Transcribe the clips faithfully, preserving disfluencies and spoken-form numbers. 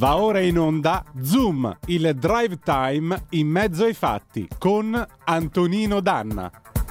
Va ora in onda Zoom, il drive time in mezzo ai fatti con Antonino Danna.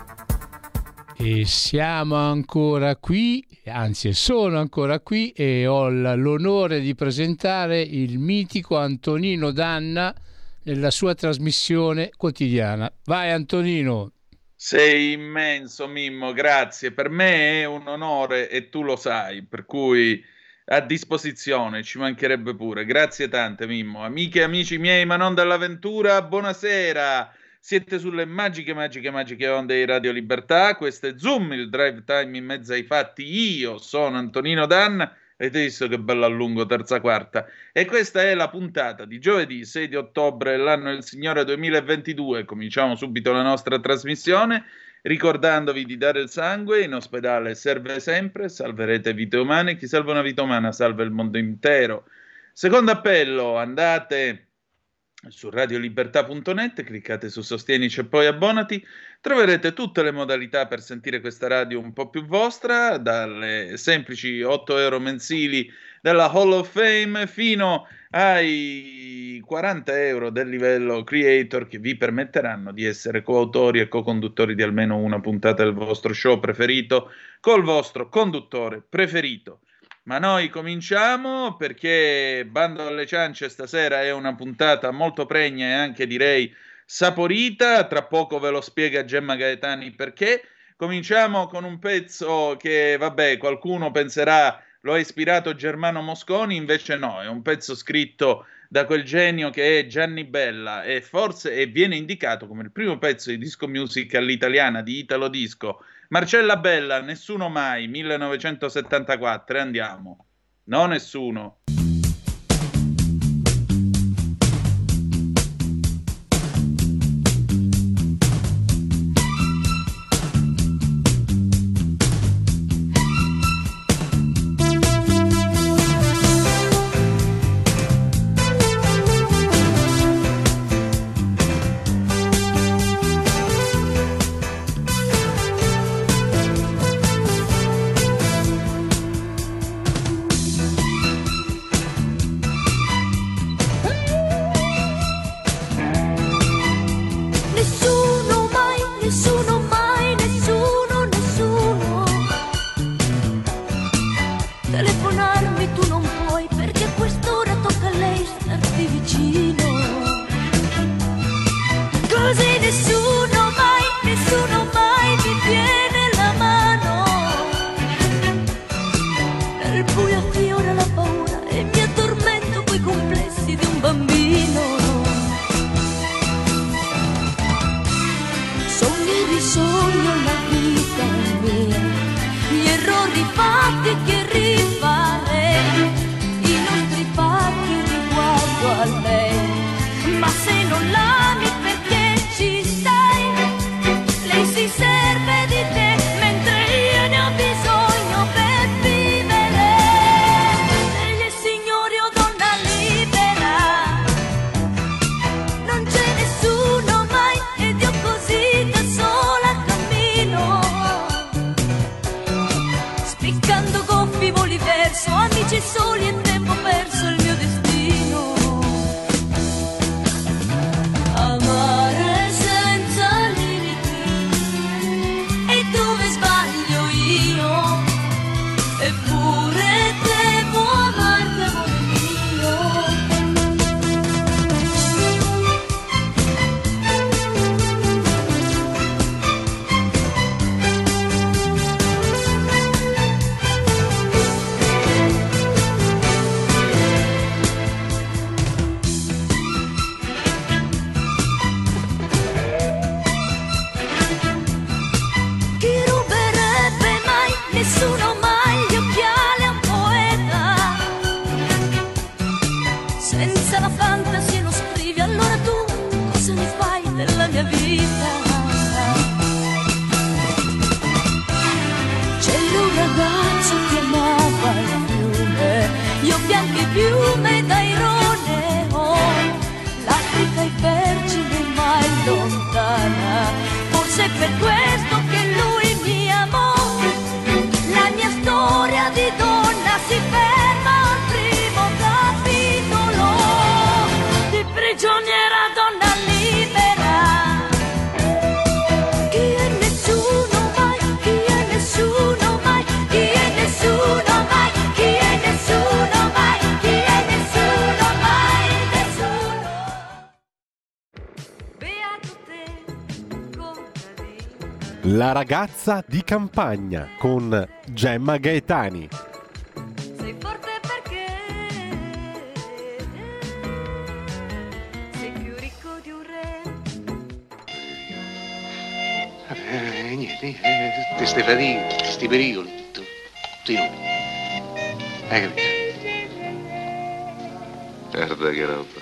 E siamo ancora qui, anzi sono ancora qui e ho l'onore di presentare il mitico Antonino Danna nella sua trasmissione quotidiana. Vai Antonino! Sei immenso Mimmo, grazie. Per me è un onore e tu lo sai, per cui a disposizione, ci mancherebbe pure. Grazie tante Mimmo. Amiche e amici miei, ma non dall'avventura, buonasera. Siete sulle magiche, magiche, magiche onde di Radio Libertà. Questo è Zoom, il drive time in mezzo ai fatti. Io sono Antonino Danna. Avete visto che bello allungo, terza quarta. E questa è la puntata di giovedì sei di ottobre dell'anno del Signore duemilaventidue. Cominciamo subito la nostra trasmissione ricordandovi di dare il sangue. In ospedale serve sempre, salverete vite umane. Chi salva una vita umana salva il mondo intero. Secondo appello, andate su radiolibertà punto net, cliccate su Sostienici e poi abbonati, troverete tutte le modalità per sentire questa radio un po' più vostra, dalle semplici otto euro mensili della Hall of Fame fino ai quaranta euro del livello creator, che vi permetteranno di essere coautori e co-conduttori di almeno una puntata del vostro show preferito col vostro conduttore preferito. Ma noi cominciamo, perché bando alle ciance, stasera è una puntata molto pregna e anche direi saporita. Tra poco ve lo spiega Gemma Gaetani perché. Cominciamo con un pezzo che, vabbè, qualcuno penserà lo ha ispirato Germano Mosconi, invece no, è un pezzo scritto da quel genio che è Gianni Bella e forse e viene indicato come il primo pezzo di disco music all'italiana, di Italo Disco. Marcella Bella, Nessuno Mai, millenovecentosettantaquattro, e andiamo. No, nessuno. Forse per questo che lui mi amò. La mia storia di donna si ferma al primo capitolo. La ragazza di campagna con Gemma Gaetani. Sei forte perché sei più ricco di un re. Eh, niente, eh, tutte ste fatiche, tutti sti pericoli, tutto, tutto inutile. Hai capito? Guarda che roba.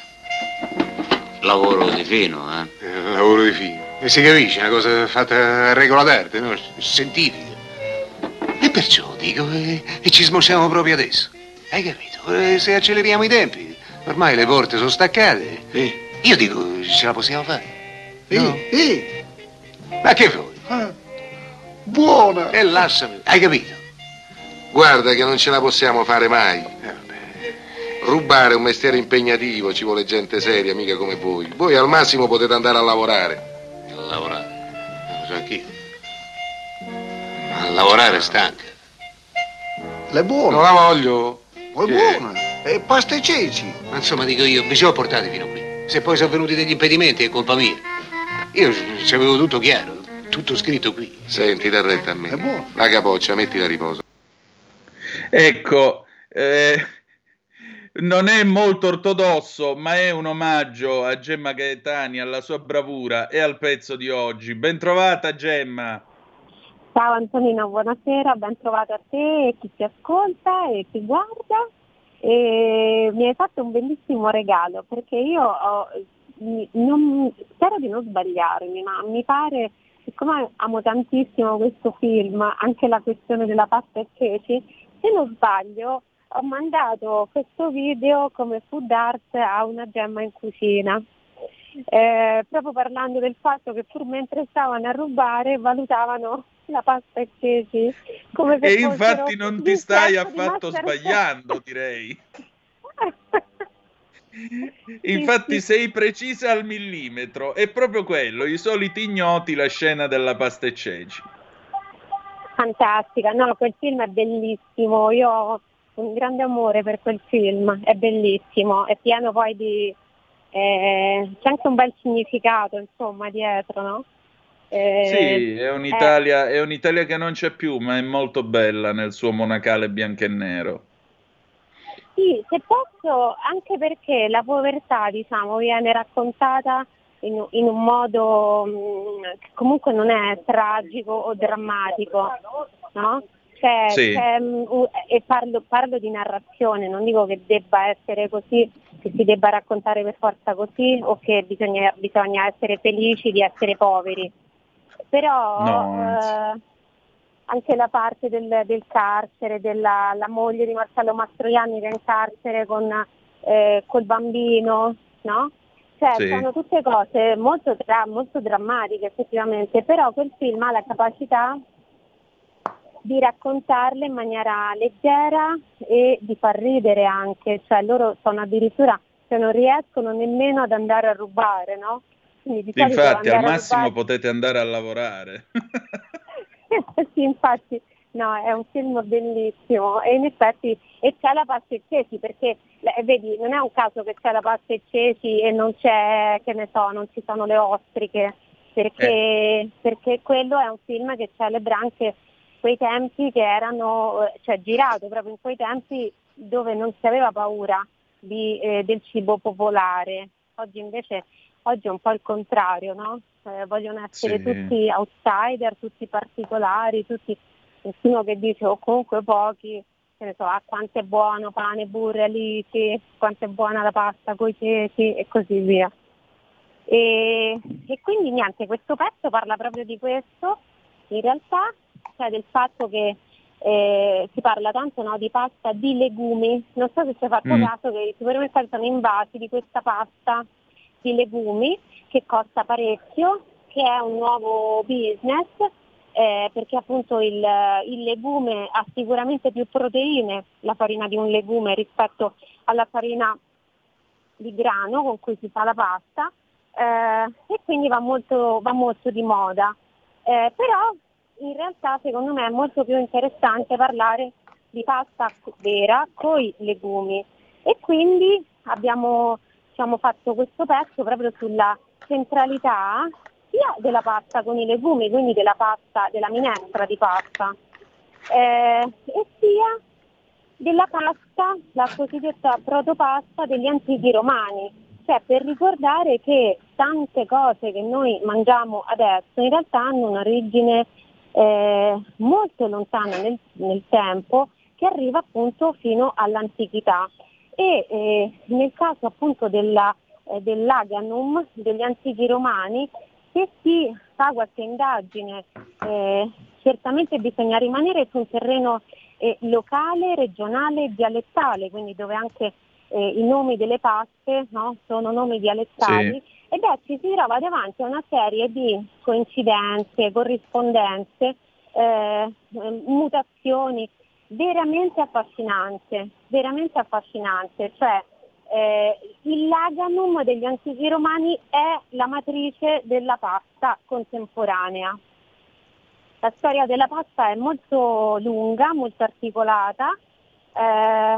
Lavoro di fino, eh? eh lavoro di fino. E si capisce, una cosa fatta a regola d'arte, no? Scientifica. E perciò dico, e, e ci smosciamo proprio adesso. Hai capito? E se acceleriamo i tempi, ormai le porte sono staccate. Eh. Io dico, ce la possiamo fare. No? Eh, Ma che vuoi? eh. Buona! E lasciami, hai capito? Guarda che non ce la possiamo fare mai. Eh, vabbè. Rubare è un mestiere impegnativo, ci vuole gente seria, mica come voi. Voi al massimo potete andare a lavorare. A lavorare? Lo so anch'io. Ma a lavorare è stanca. L'è buona? Non la voglio. Ma è buona. E pasta e ceci. Ma insomma, dico io, mi ci ho portati fino qui. Se poi sono venuti degli impedimenti è colpa mia. Io ci avevo tutto chiaro, tutto scritto qui. Senti, dà retta a me. È buono. La capoccia, mettila a riposo. Ecco, eh, non è molto ortodosso, ma è un omaggio a Gemma Gaetani, alla sua bravura e al pezzo di oggi. Ben trovata, Gemma. Ciao Antonino, buonasera, ben trovato a te e chi ti ascolta e ti guarda. E mi hai fatto un bellissimo regalo perché io ho, non, spero di non sbagliarmi, ma mi pare, siccome amo tantissimo questo film, anche la questione della pasta e ceci, se non sbaglio ho mandato questo video come food art a una Gemma in cucina, eh, proprio parlando del fatto che pur mentre stavano a rubare valutavano la pasta e ceci come se E infatti fossero non ti gli stai chef di affatto Masterchef. sbagliando, direi. Infatti sì. sei precisa al millimetro, è proprio quello, i soliti ignoti, la scena della pasta e ceci. Fantastica, no, quel film è bellissimo, io ho un grande amore per quel film, è bellissimo, è pieno poi di... Eh, c'è anche un bel significato, insomma, dietro, no? Eh, Sì, è un'Italia, è un'Italia che non c'è più, ma è molto bella nel suo monacale bianco e nero. Sì, se posso, anche perché la povertà, diciamo, viene raccontata in, in un modo mh, che comunque non è tragico o drammatico, no? Cioè, Sì. c'è, mh, e parlo, parlo di narrazione, non dico che debba essere così, che si debba raccontare per forza così o che bisogna, bisogna essere felici di essere poveri. Però No, anzi. eh, anche la parte del, del carcere, della la moglie di Marcello Mastroianni che è in carcere con eh, col bambino, no? Cioè Sì. sono tutte cose molto, dra- molto drammatiche effettivamente, però quel film ha la capacità di raccontarle in maniera leggera e di far ridere anche, cioè loro sono addirittura, cioè non riescono nemmeno ad andare a rubare, no? Quindi di solito Infatti, al andare a massimo rubare- potete andare a lavorare. sì, infatti, no, è un film bellissimo e in effetti e c'è la pasta e ceci perché eh, vedi, non è un caso che c'è la pasta e ceci e non c'è, che ne so, non ci sono le ostriche, perché, Eh. perché quello è un film che celebra anche quei tempi che erano, cioè girato proprio in quei tempi dove non si aveva paura di, eh, del cibo popolare. Oggi invece, oggi è un po' il contrario, no? Eh, vogliono essere Sì. tutti outsider, tutti particolari, tutti, nessuno che dice o comunque pochi, che ne so, ah, quanto è buono pane, burro, alici, quanto è buona la pasta coi ceci e così via. E, e quindi niente, questo pezzo parla proprio di questo, in realtà, cioè del fatto che eh, si parla tanto, no, di pasta di legumi, non so se ci hai fatto Mm. caso che i supermercati sono invasi di questa pasta di legumi che costa parecchio, che è un nuovo business, eh, perché appunto il, il legume ha sicuramente più proteine, la farina di un legume rispetto alla farina di grano con cui si fa la pasta, eh, e quindi va molto, va molto di moda. Eh, però in realtà secondo me è molto più interessante parlare di pasta vera con i legumi e quindi abbiamo diciamo, fatto questo pezzo proprio sulla centralità sia della pasta con i legumi, quindi della pasta, della minestra di pasta, eh, e sia della pasta, la cosiddetta protopasta degli antichi romani, cioè per ricordare che tante cose che noi mangiamo adesso in realtà hanno un'origine eh, molto lontana nel, nel tempo, che arriva appunto fino all'antichità. E eh, nel caso appunto della, eh, dell'aganum degli antichi romani, se si fa qualche indagine, eh, certamente bisogna rimanere su un terreno eh, locale, regionale e dialettale, quindi dove anche eh, i nomi delle paste, no, sono nomi dialettali, Sì. ed è ci si trova davanti a una serie di coincidenze, corrispondenze, eh, mutazioni veramente affascinante, veramente affascinante, cioè eh, il laganum degli antichi romani è la matrice della pasta contemporanea. La storia della pasta è molto lunga, molto articolata, eh,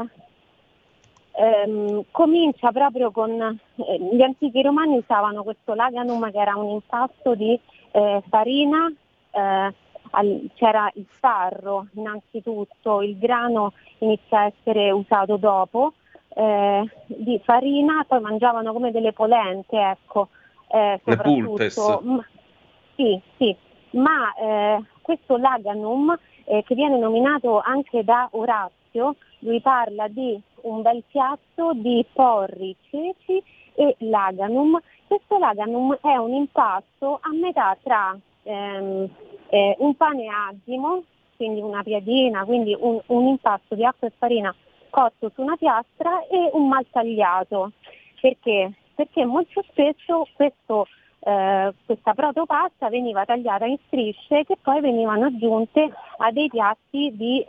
ehm, comincia proprio con eh, gli antichi romani usavano questo laganum, che era un impasto di eh, farina, eh, al, c'era il farro innanzitutto, il grano inizia a essere usato dopo, eh, di farina, poi mangiavano come delle polente, ecco, eh, Le pulpes. soprattutto. Sì, sì, ma eh, questo laganum, eh, che viene nominato anche da Orazio, lui parla di un bel piatto di porri, ceci e laganum. Questo laganum è un impasto a metà tra ehm, eh, un pane agimo, quindi una piadina, quindi un, un impasto di acqua e farina cotto su una piastra, e un maltagliato. Perché? Perché molto spesso questo Eh, questa protopasta veniva tagliata in strisce che poi venivano aggiunte a dei piatti di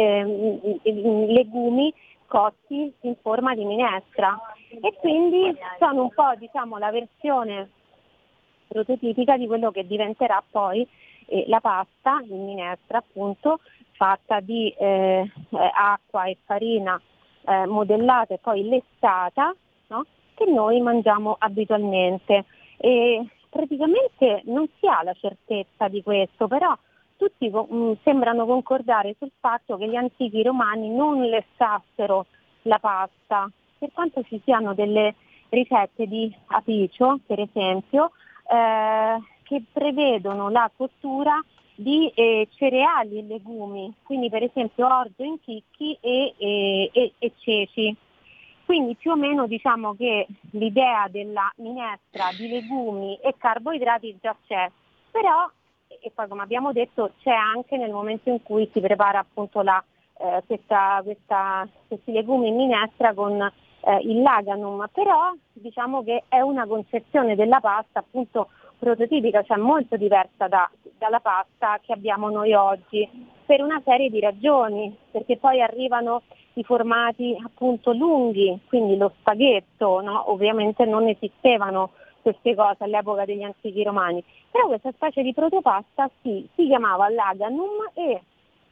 eh, legumi cotti in forma di minestra, e quindi sono un po', diciamo, la versione prototipica di quello che diventerà poi eh, la pasta in minestra, appunto fatta di eh, eh, acqua e farina eh, modellata e poi lessata, no? Che noi mangiamo abitualmente. E praticamente non si ha la certezza di questo, però tutti mh, sembrano concordare sul fatto che gli antichi romani non lessassero la pasta, per quanto ci siano delle ricette di Apicio, per esempio, eh, che prevedono la cottura di eh, cereali e legumi, quindi per esempio orzo in chicchi e, e, e, e ceci. Quindi più o meno diciamo che l'idea della minestra di legumi e carboidrati già c'è, però, e poi come abbiamo detto, c'è anche nel momento in cui si prepara appunto la, eh, questa, questa, questi legumi in minestra con eh, il laganum, però diciamo che è una concezione della pasta appunto prototipica, cioè molto diversa da, dalla pasta che abbiamo noi oggi, per una serie di ragioni, perché poi arrivano i formati appunto lunghi, quindi lo spaghetto, no? Ovviamente non esistevano queste cose all'epoca degli antichi romani, però questa specie di protopasta sì, si chiamava laganum, e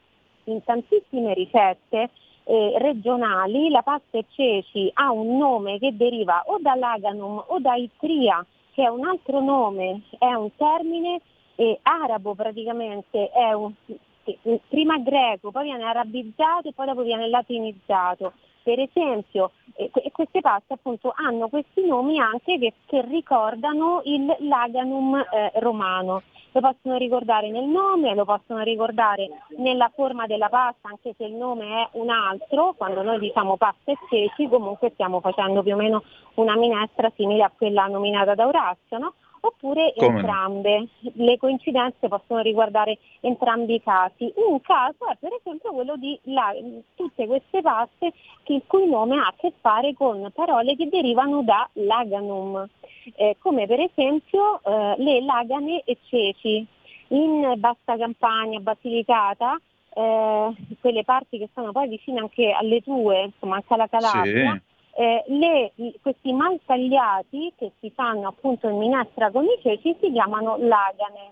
in tantissime ricette eh, regionali la pasta e ceci ha un nome che deriva o da laganum o da itria, che è un altro nome, è un termine eh, arabo praticamente, è un prima greco, poi viene arabizzato e poi dopo viene latinizzato. Per esempio, e eh, queste paste appunto hanno questi nomi anche che, che ricordano il laganum eh, romano. Lo possono ricordare nel nome, lo possono ricordare nella forma della pasta, anche se il nome è un altro. Quando noi diciamo pasta e ceci, comunque stiamo facendo più o meno una minestra simile a quella nominata da Orazio, no? Oppure Come entrambe, no? Le coincidenze possono riguardare entrambi i casi. Un caso è per esempio quello di la, tutte queste paste che il cui nome ha a che fare con parole che derivano da laganum, eh, come per esempio eh, le lagane e ceci. In Bassa Campania, Basilicata, eh, quelle parti che sono poi vicine anche alle tue, insomma anche alla Calabria, Sì. Eh, le, questi maltagliati che si fanno appunto in minestra con i ceci si chiamano lagane,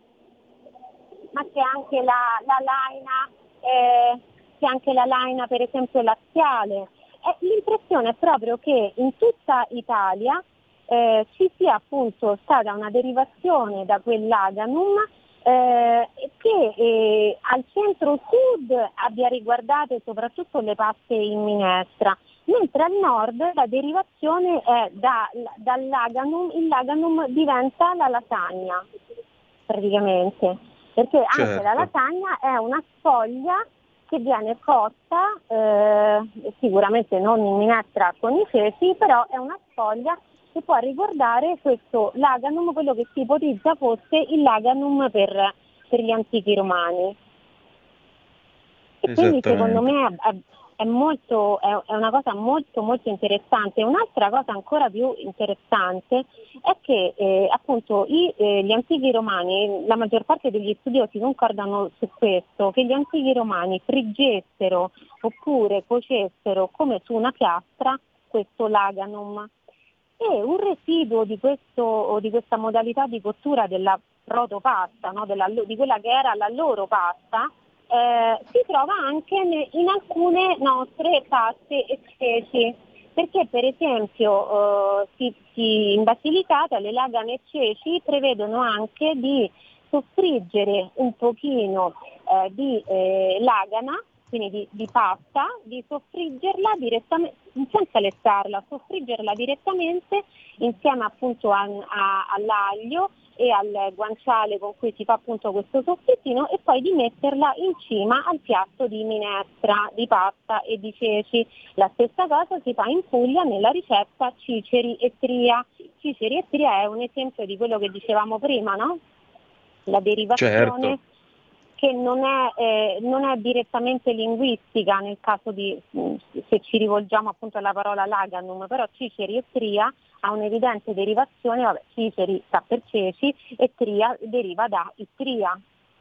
ma c'è anche la, la laina, eh, c'è anche la laina per esempio laziale. Eh, l'impressione è proprio che in tutta Italia eh, ci sia appunto stata una derivazione da quell'aganum eh, che eh, al centro-sud abbia riguardato soprattutto le paste in minestra, mentre al nord la derivazione è da, dall'aganum, il l'aganum diventa la lasagna praticamente, perché anche Certo. la lasagna è una sfoglia che viene cotta, eh, sicuramente non in minestra con i ceci, però è una sfoglia che può ricordare questo l'aganum, quello che si ipotizza fosse il l'aganum per, per gli antichi romani. E quindi secondo me è, è, molto, è, è una cosa molto molto interessante. Un'altra cosa ancora più interessante è che eh, appunto i, eh, gli antichi romani, la maggior parte degli studiosi concordano su questo, che gli antichi romani friggessero oppure cuocessero come su una piastra questo l'aganum. E un residuo di, questo, di questa modalità di cottura della protopasta, no? della, di quella che era la loro pasta, eh, si trova anche ne, in alcune nostre paste e ceci, perché per esempio eh, si, si, in Basilicata le lagane e ceci prevedono anche di soffriggere un pochino eh, di eh, lagana, quindi di, di pasta, di soffriggerla direttamente, senza lessarla, soffriggerla direttamente insieme appunto a, a, all'aglio e al guanciale con cui si fa appunto questo soffrittino, e poi di metterla in cima al piatto di minestra, di pasta e di ceci. La stessa cosa si fa in Puglia nella ricetta Ciceri e Tria. Ciceri e Tria è un esempio di quello che dicevamo prima, no? La derivazione. Certo. Che non è, eh, non è direttamente linguistica nel caso di, se ci rivolgiamo appunto alla parola l'aganum, però Ciceri e Tria ha un'evidente derivazione, vabbè, Ciceri sta per ceci e Tria deriva da Istria.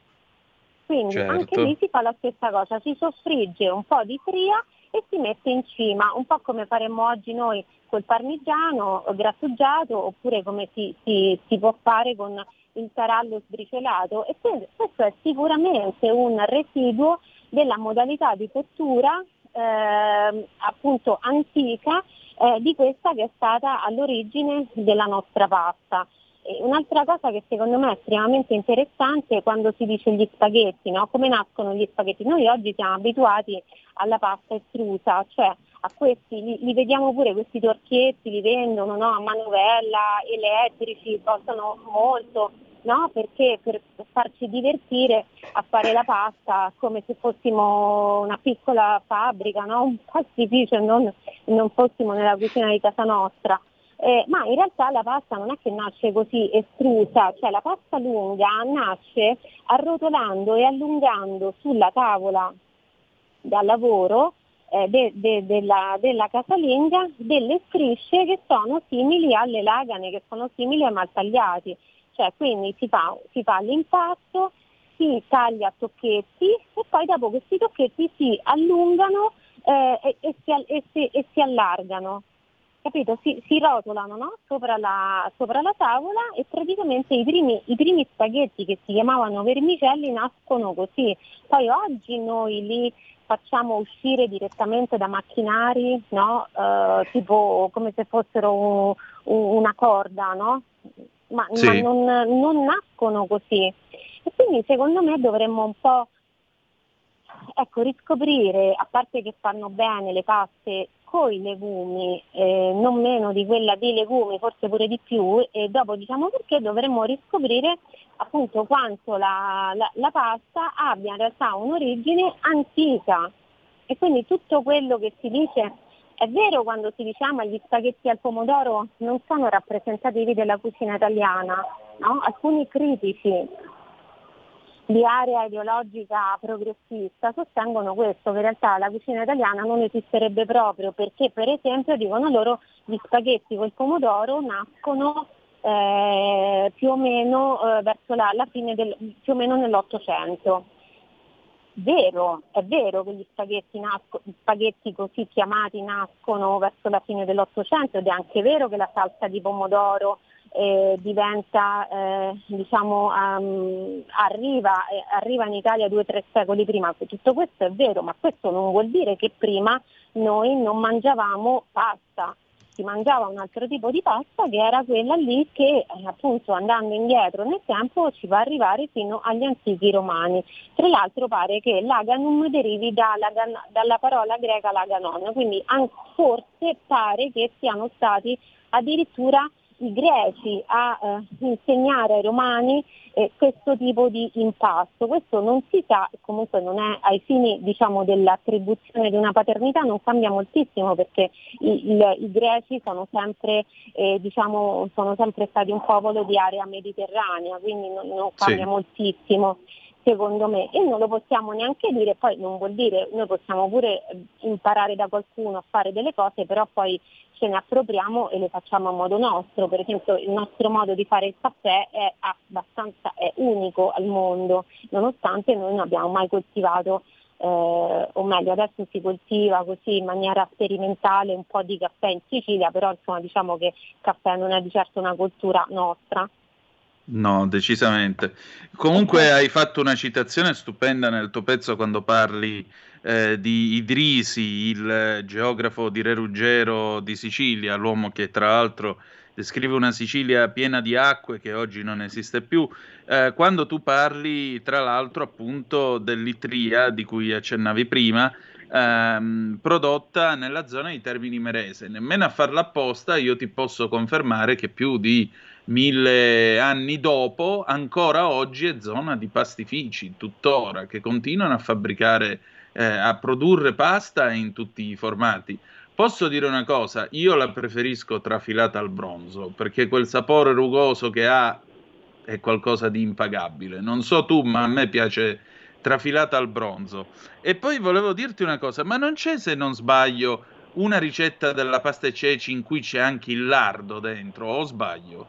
Quindi Certo. anche lì si fa la stessa cosa, si soffrigge un po' di Tria e si mette in cima, un po' come faremmo oggi noi col parmigiano grattugiato, oppure come si, si, si può fare con il tarallo sbriciolato, e questo è sicuramente un residuo della modalità di cottura eh, appunto antica eh, di questa che è stata all'origine della nostra pasta. E un'altra cosa che secondo me è estremamente interessante è quando si dice gli spaghetti, no? Come nascono gli spaghetti? Noi oggi siamo abituati alla pasta estrusa, cioè a questi, li, li vediamo pure questi torchietti, li vendono, no? A manovella, elettrici, costano molto, no? Perché per farci divertire a fare la pasta come se fossimo una piccola fabbrica, no? Un pastificio e non, non fossimo nella cucina di casa nostra. Eh, ma in realtà la pasta non è che nasce così estrusa, cioè la pasta lunga nasce arrotolando e allungando sulla tavola da lavoro eh, de, de, della, della casalinga delle strisce che sono simili alle lagane, che sono simili ai maltagliati, cioè quindi si fa, si fa l'impasto, si taglia a tocchetti e poi dopo questi tocchetti si allungano eh, e, e, si, e, si, e si allargano. Capito? Si, si rotolano, no? sopra, la, sopra la tavola, e praticamente i primi, i primi spaghetti, che si chiamavano vermicelli, nascono così. Poi oggi noi li facciamo uscire direttamente da macchinari, no? eh, tipo come se fossero un, un, una corda, no? ma, Sì. ma non, non nascono così. E quindi secondo me dovremmo un po' ecco, riscoprire, a parte che fanno bene le paste coi legumi, eh, non meno di quella dei legumi, forse pure di più, e dopo diciamo perché dovremmo riscoprire appunto quanto la, la, la pasta abbia in realtà un'origine antica. E quindi tutto quello che si dice, è vero quando si dice ma gli spaghetti al pomodoro non sono rappresentativi della cucina italiana, no? Alcuni critici di area ideologica progressista sostengono questo, che in realtà la cucina italiana non esisterebbe proprio, perché per esempio dicono loro gli spaghetti col pomodoro nascono eh, più o meno eh, verso la, la fine del, più o meno nell'Ottocento. Vero, è vero che gli spaghetti, nasco, gli spaghetti così chiamati nascono verso la fine dell'Ottocento, ed è anche vero che la salsa di pomodoro Eh, diventa, eh, diciamo, um, arriva, eh, arriva in Italia due o tre secoli prima. Tutto questo è vero, ma questo non vuol dire che prima noi non mangiavamo pasta. si mangiava un altro tipo di pasta che era quella lì che eh, appunto andando indietro nel tempo ci fa arrivare fino agli antichi romani. Tra l'altro pare che l'aganum derivi dalla, dalla parola greca laganon, quindi an- forse pare che siano stati addirittura i greci a eh, insegnare ai romani eh, questo tipo di impasto. Questo non si sa, comunque non è ai fini diciamo dell'attribuzione di una paternità, non cambia moltissimo perché i, il, i greci sono sempre eh, diciamo sono sempre stati un popolo di area mediterranea, quindi non, non cambia Sì. moltissimo secondo me, e non lo possiamo neanche dire, poi non vuol dire, noi possiamo pure imparare da qualcuno a fare delle cose, però poi ce ne appropriamo e le facciamo a modo nostro. Per esempio il nostro modo di fare il caffè è abbastanza è unico al mondo, nonostante noi non abbiamo mai coltivato, eh, o meglio adesso si coltiva così in maniera sperimentale un po' di caffè in Sicilia, però insomma diciamo che il caffè non è di certo una cultura nostra. No, decisamente. Comunque hai fatto una citazione stupenda nel tuo pezzo quando parli eh, di Idrisi, il eh, geografo di Re Ruggero di Sicilia, l'uomo che tra l'altro descrive una Sicilia piena di acque che oggi non esiste più. Eh, quando tu parli tra l'altro appunto dell'Itria di cui accennavi prima, ehm, prodotta nella zona di Termini Imerese. Nemmeno a farla apposta io ti posso confermare che più di mille anni dopo, ancora oggi è zona di pastifici, tuttora, che continuano a fabbricare, eh, a produrre pasta in tutti i formati. Posso dire una cosa, io la preferisco trafilata al bronzo, perché quel sapore rugoso che ha è qualcosa di impagabile. Non so tu, ma a me piace trafilata al bronzo. E poi volevo dirti una cosa, ma non c'è, se non sbaglio, una ricetta della pasta e ceci in cui c'è anche il lardo dentro, o sbaglio?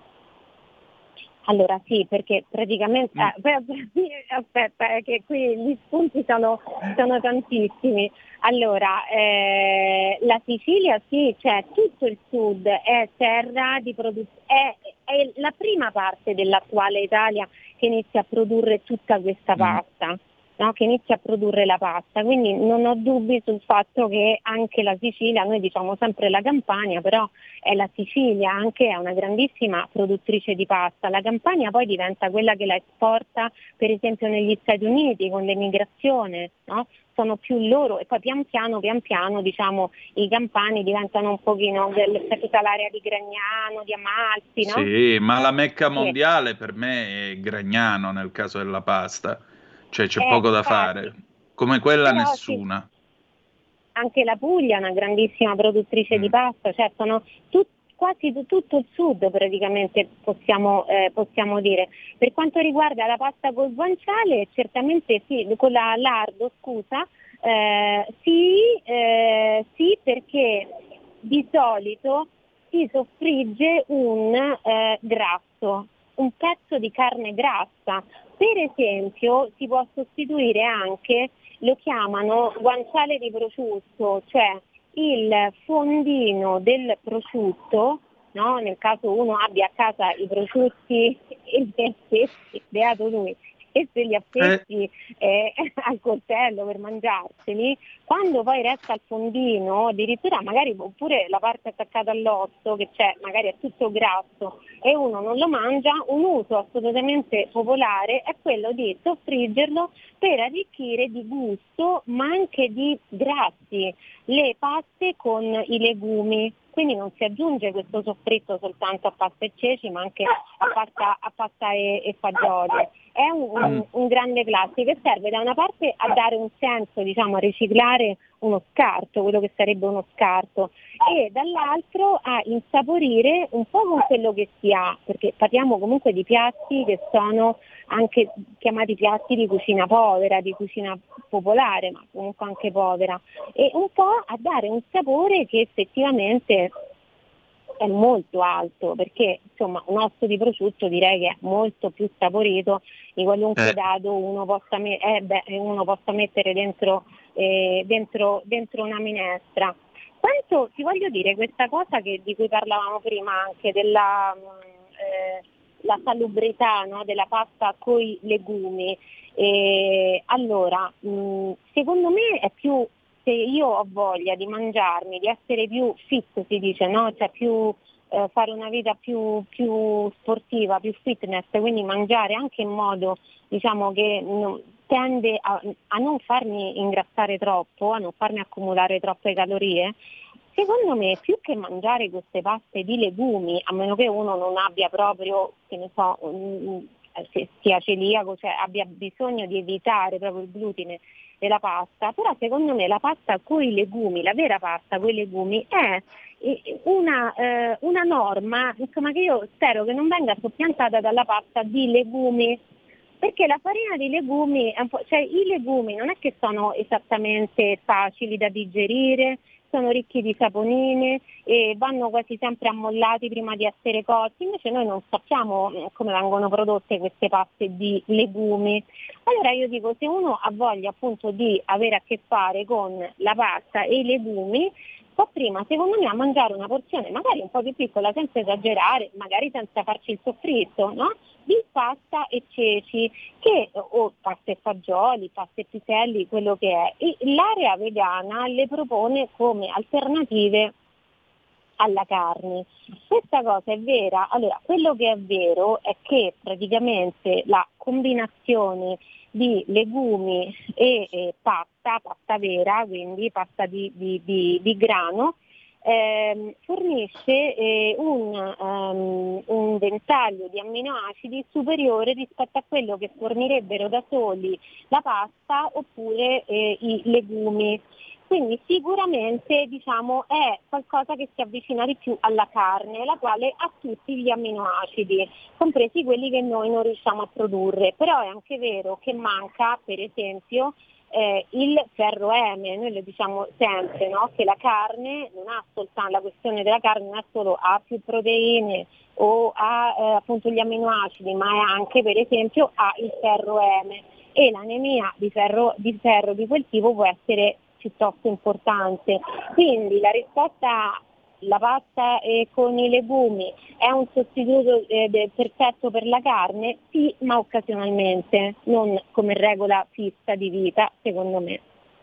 Allora sì, perché praticamente, Mm. eh, per- aspetta, è che qui gli spunti sono, sono tantissimi. Allora, eh, la Sicilia sì, cioè tutto il sud è terra di produzione, è, è la prima parte dell'attuale Italia che inizia a produrre tutta questa Mm. pasta. No, che inizia a produrre la pasta, quindi non ho dubbi sul fatto che anche la Sicilia, noi diciamo sempre la Campania, però è la Sicilia anche è una grandissima produttrice di pasta. La Campania poi diventa quella che la esporta per esempio negli Stati Uniti con l'emigrazione, no? Sono più loro, e poi pian piano pian piano diciamo i campani diventano un pochino del, tutta l'area di Gragnano, di Amalfi, no? Sì, ma la mecca Sì. mondiale per me è Gragnano nel caso della pasta, cioè c'è Eh, poco da infatti, fare, come quella però sì, nessuna. anche la Puglia è una grandissima produttrice di Mm. pasta, cioè sono tut- quasi tu- tutto il sud praticamente possiamo, eh, possiamo dire. Per quanto riguarda la pasta col guanciale, certamente sì, con la lardo, scusa, eh, sì, eh, sì, perché di solito si soffrigge un eh, grasso, un pezzo di carne grassa. Per esempio si può sostituire anche, lo chiamano guanciale di prosciutto, cioè il fondino del prosciutto, no? Nel caso uno abbia a casa i prosciutti e li affetti, beato lui, e se li affetti eh, al coltello per mangiarseli, quando poi resta il fondino, addirittura magari oppure la parte attaccata all'osso, che c'è, magari è tutto grasso e uno non lo mangia, un uso assolutamente popolare è quello di soffriggerlo per arricchire di gusto ma anche di grassi le paste con i legumi. Quindi non si aggiunge questo soffritto soltanto a pasta e ceci, ma anche a pasta, a pasta e, e fagioli. È un, un, un grande classico che serve da una parte a dare un senso, diciamo, a riciclare uno scarto, quello che sarebbe uno scarto, e dall'altro a insaporire un po' con quello che si ha, perché parliamo comunque di piatti che sono anche chiamati piatti di cucina povera, di cucina popolare, ma comunque anche povera, e un po' a dare un sapore che effettivamente è molto alto, perché insomma un osso di prosciutto direi che è molto più saporito di qualunque Eh. dado uno possa, me- eh, beh, uno possa mettere dentro, eh, dentro, dentro una minestra. Quanto ti voglio dire questa cosa che, di cui parlavamo prima anche della eh, la salubrità, no, della pasta coi legumi. Eh, allora, mh, secondo me è più se io ho voglia di mangiarmi, di essere più fit, si dice, no? Cioè più eh, fare una vita più, più sportiva, più fitness, quindi mangiare anche in modo, diciamo, che non, tende a, a non farmi ingrassare troppo, a non farmi accumulare troppe calorie. Secondo me, più che mangiare queste paste di legumi, a meno che uno non abbia proprio, che ne so, un, se sia celiaco, cioè abbia bisogno di evitare proprio il glutine della pasta, però secondo me la pasta con i legumi, la vera pasta con i legumi è una, eh, una norma, insomma, che io spero che non venga soppiantata dalla pasta di legumi, perché la farina di legumi, è un po', cioè i legumi non è che sono esattamente facili da digerire, sono ricchi di saponine e vanno quasi sempre ammollati prima di essere cotti, invece noi non sappiamo come vengono prodotte queste paste di legumi. Allora io dico, se uno ha voglia appunto di avere a che fare con la pasta e i legumi, può prima, secondo me, a mangiare una porzione magari un po' più piccola, senza esagerare, magari senza farci il soffritto, no? Di pasta e ceci, che, o pasta e fagioli, pasta e piselli, quello che è. E l'area vegana le propone come alternative alla carne. Questa cosa è vera. Allora, quello che è vero è che praticamente la combinazione di legumi e, e pasta, pasta vera, quindi pasta di, di, di, di grano, eh, fornisce eh, un, um, un ventaglio di amminoacidi superiore rispetto a quello che fornirebbero da soli la pasta oppure eh, i legumi. Quindi sicuramente, diciamo, è qualcosa che si avvicina di più alla carne, la quale ha tutti gli amminoacidi, compresi quelli che noi non riusciamo a produrre. Però è anche vero che manca, per esempio, eh, il ferro M. Noi lo diciamo sempre, no? Che la carne non ha soltanto, la questione della carne non è solo ha più proteine o ha eh, appunto gli amminoacidi, ma è anche, per esempio, ha il ferro M. E l'anemia di ferro, di ferro di quel tipo può essere piuttosto importante. Quindi la risposta, la pasta eh, con i legumi è un sostituto eh, perfetto per la carne? Sì, ma occasionalmente, non come regola fissa di vita, secondo me.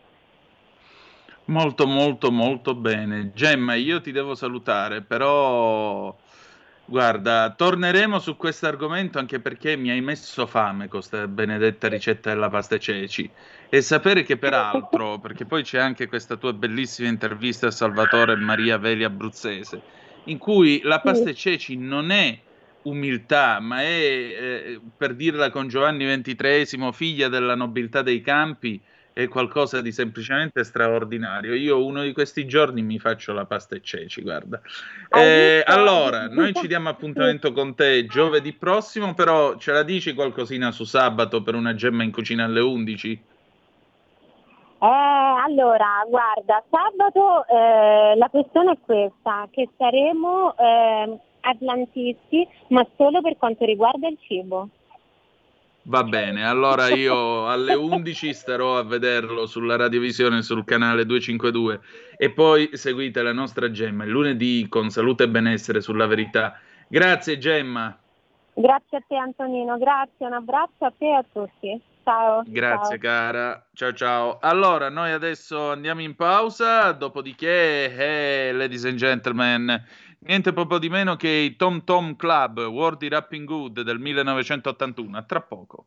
Molto molto molto bene. Gemma, io ti devo salutare, però guarda, torneremo su questo argomento, anche perché mi hai messo fame con questa benedetta ricetta della pasta e ceci. E sapere che peraltro, perché poi c'è anche questa tua bellissima intervista a Salvatore e Maria Veli Abruzzese, in cui la pasta e ceci non è umiltà, ma è, eh, per dirla con Giovanni ventitreesimo, figlia della nobiltà dei campi, è qualcosa di semplicemente straordinario. Io uno di questi giorni mi faccio la pasta e ceci, guarda. Eh, allora, noi ci diamo appuntamento con te giovedì prossimo, però ce la dici qualcosina su sabato per una Gemma in cucina alle undici? Eh, allora, guarda, sabato eh, la questione è questa, che saremo eh, atlantisti, ma solo per quanto riguarda il cibo. Va bene, allora io alle undici starò a vederlo sulla radiovisione sul canale duecentocinquantadue e poi seguite la nostra Gemma il lunedì con Salute e Benessere sulla Verità. Grazie Gemma. Grazie a te Antonino, grazie, un abbraccio a te e a tutti. Ciao. Grazie ciao. cara, ciao ciao. Allora, noi adesso andiamo in pausa, dopodiché, eh, ladies and gentlemen, niente proprio di meno che i Tom Tom Club, World Rapping Good del millenovecentottantuno, a tra poco.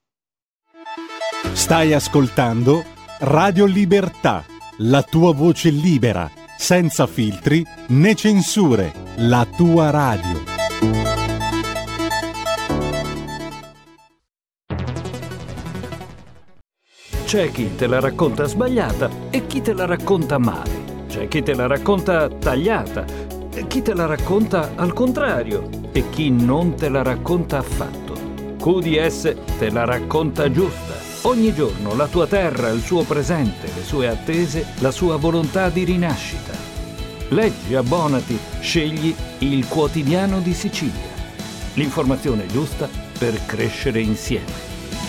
Stai ascoltando Radio Libertà, la tua voce libera, senza filtri né censure, la tua radio. C'è chi te la racconta sbagliata e chi te la racconta male. C'è chi te la racconta tagliata e chi te la racconta al contrario e chi non te la racconta affatto. Q D S te la racconta giusta. Ogni giorno la tua terra, il suo presente, le sue attese, la sua volontà di rinascita. Leggi, abbonati, scegli il Quotidiano di Sicilia. L'informazione giusta per crescere insieme.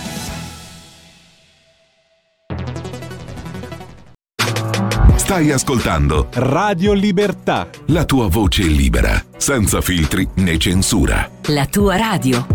Stai ascoltando Radio Libertà, la tua voce libera, senza filtri né censura. La tua radio.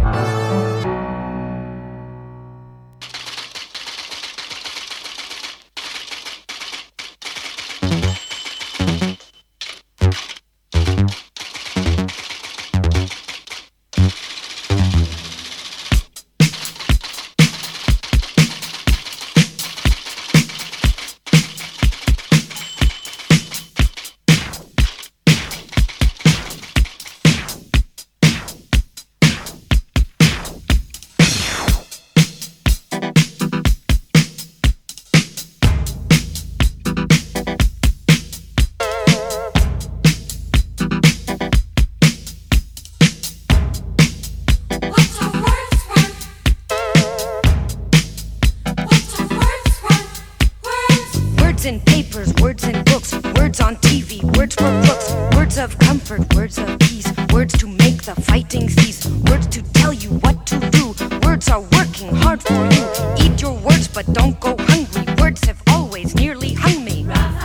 in papers, words in books, words on T V, words for crooks, words of comfort, words of peace, words to make the fighting cease, words to tell you what to do, words are working hard for you. Eat your words but don't go hungry, words have always nearly hung me.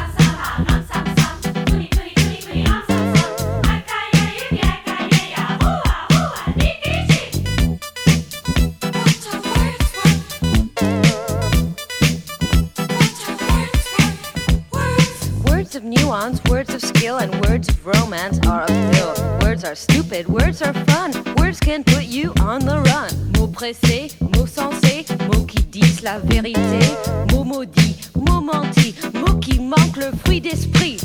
Words of nuance, words of skill, and words of romance are a pill. Words are stupid, words are fun, words can put you on the run. Mots pressés, mots sensés, mots qui disent la vérité, mots maudits, mots mentis, mots qui manquent le fruit d'esprit.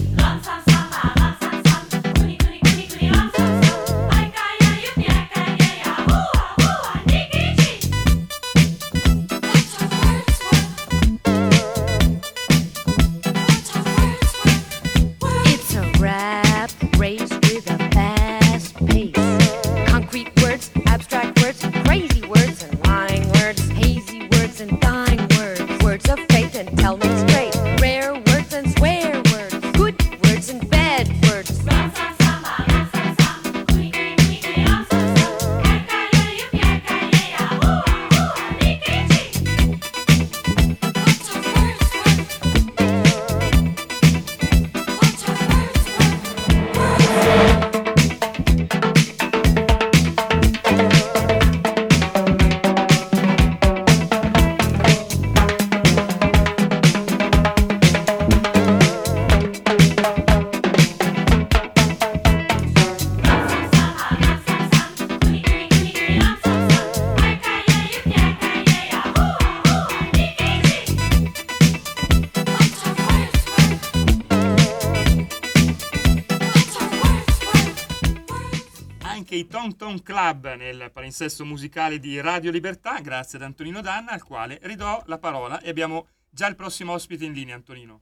Tom Tom Club nel palinsesto musicale di Radio Libertà, grazie ad Antonino Danna, al quale ridò la parola e abbiamo già il prossimo ospite in linea. Antonino.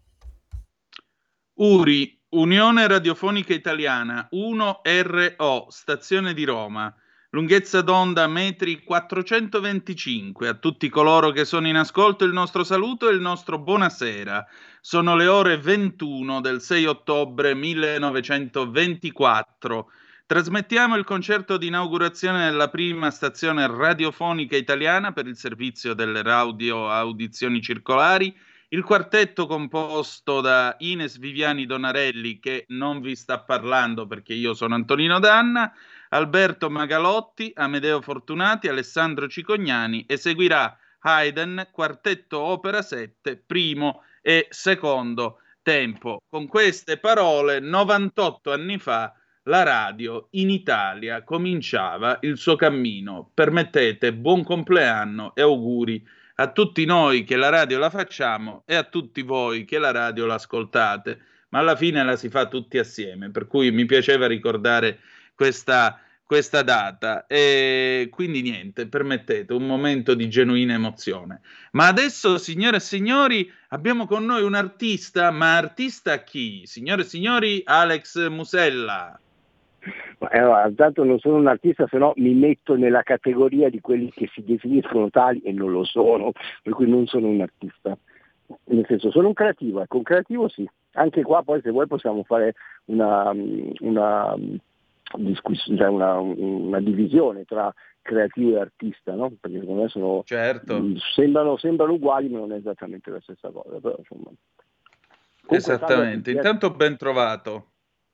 U R I, Unione Radiofonica Italiana, uno R O, stazione di Roma, lunghezza d'onda metri quattrocentoventicinque. A tutti coloro che sono in ascolto il nostro saluto e il nostro buonasera. Sono le ore ventuno del sei ottobre millenovecentoventiquattro. Trasmettiamo il concerto di inaugurazione della prima stazione radiofonica italiana per il servizio delle radio audizioni circolari, il quartetto composto da Ines Viviani Donarelli, che non vi sta parlando perché io sono Antonino Danna, Alberto Magalotti, Amedeo Fortunati, Alessandro Cicognani, e seguirà Haydn, quartetto opera sette, primo e secondo tempo. Con queste parole, novantotto anni fa, la radio in Italia cominciava il suo cammino. Permettete, buon compleanno e auguri a tutti noi che la radio la facciamo e a tutti voi che la radio l'ascoltate, ma alla fine la si fa tutti assieme, per cui mi piaceva ricordare questa, questa data. E quindi niente, permettete, un momento di genuina emozione. Ma adesso, signore e signori, abbiamo con noi un artista, ma artista chi? Signore e signori, Alex Musella. Allora, tanto non sono un artista, se no mi metto nella categoria di quelli che si definiscono tali e non lo sono, per cui non sono un artista. Nel senso, sono un creativo, ecco, un creativo sì. Anche qua poi se vuoi possiamo fare una, una, discuss- cioè una, una divisione tra creativo e artista, no? Perché secondo me sono, certo. sembrano, sembrano uguali, ma non è esattamente la stessa cosa. Però, insomma. Esattamente, intanto ben trovato.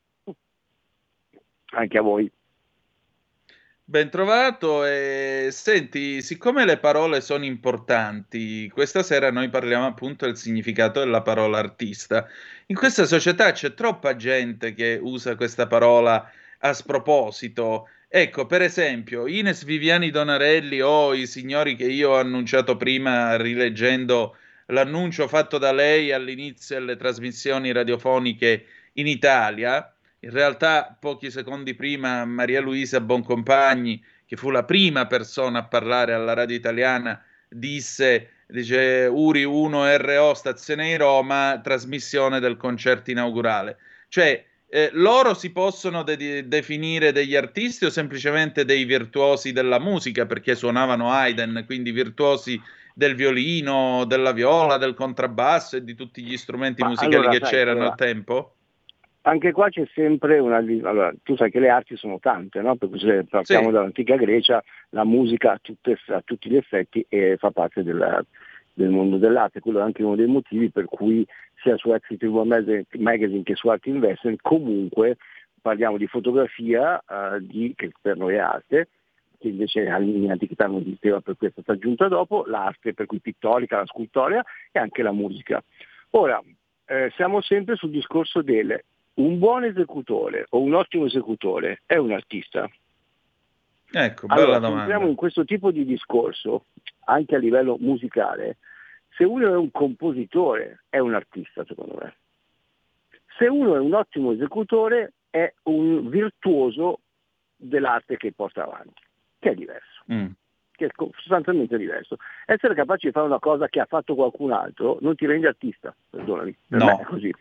Anche a voi. Ben trovato. E senti, siccome le parole sono importanti, questa sera noi parliamo appunto del significato della parola artista. In questa società c'è troppa gente che usa questa parola a sproposito. Ecco, per esempio, Ines Viviani Donarelli o i signori che io ho annunciato prima rileggendo l'annuncio fatto da lei all'inizio delle trasmissioni radiofoniche in Italia. In realtà, pochi secondi prima, Maria Luisa Boncompagni, che fu la prima persona a parlare alla radio italiana, disse, dice, U R I uno R O, stazione di Roma, trasmissione del concerto inaugurale. Cioè, eh, loro si possono de- definire degli artisti o semplicemente dei virtuosi della musica, perché suonavano Haydn, quindi virtuosi del violino, della viola, del contrabbasso e di tutti gli strumenti Ma musicali allora, che sai, c'erano allora, al tempo? anche qua c'è sempre una... Allora, tu sai che le arti sono tante, no? Perché se partiamo Sì. dall'antica Grecia, la musica a, tutte- a tutti gli effetti eh, fa parte della- del mondo dell'arte. Quello è anche uno dei motivi per cui sia su Exit Magazine che su Art Investment comunque parliamo di fotografia, eh, di, che per noi è arte, che invece in antichità non esisteva, per cui è stata aggiunta dopo, l'arte per cui pittorica, la scultoria e anche la musica. Ora, eh, siamo sempre sul discorso del un buon esecutore o un ottimo esecutore è un artista? Ecco, bella Allora, se domanda. entriamo in questo tipo di discorso, anche a livello musicale, se uno è un compositore è un artista, secondo me. Se uno è un ottimo esecutore è un virtuoso dell'arte che porta avanti, che è diverso, Mm. che è sostanzialmente diverso. Essere capace di fare una cosa che ha fatto qualcun altro non ti rende artista, perdonami, per No. me è così.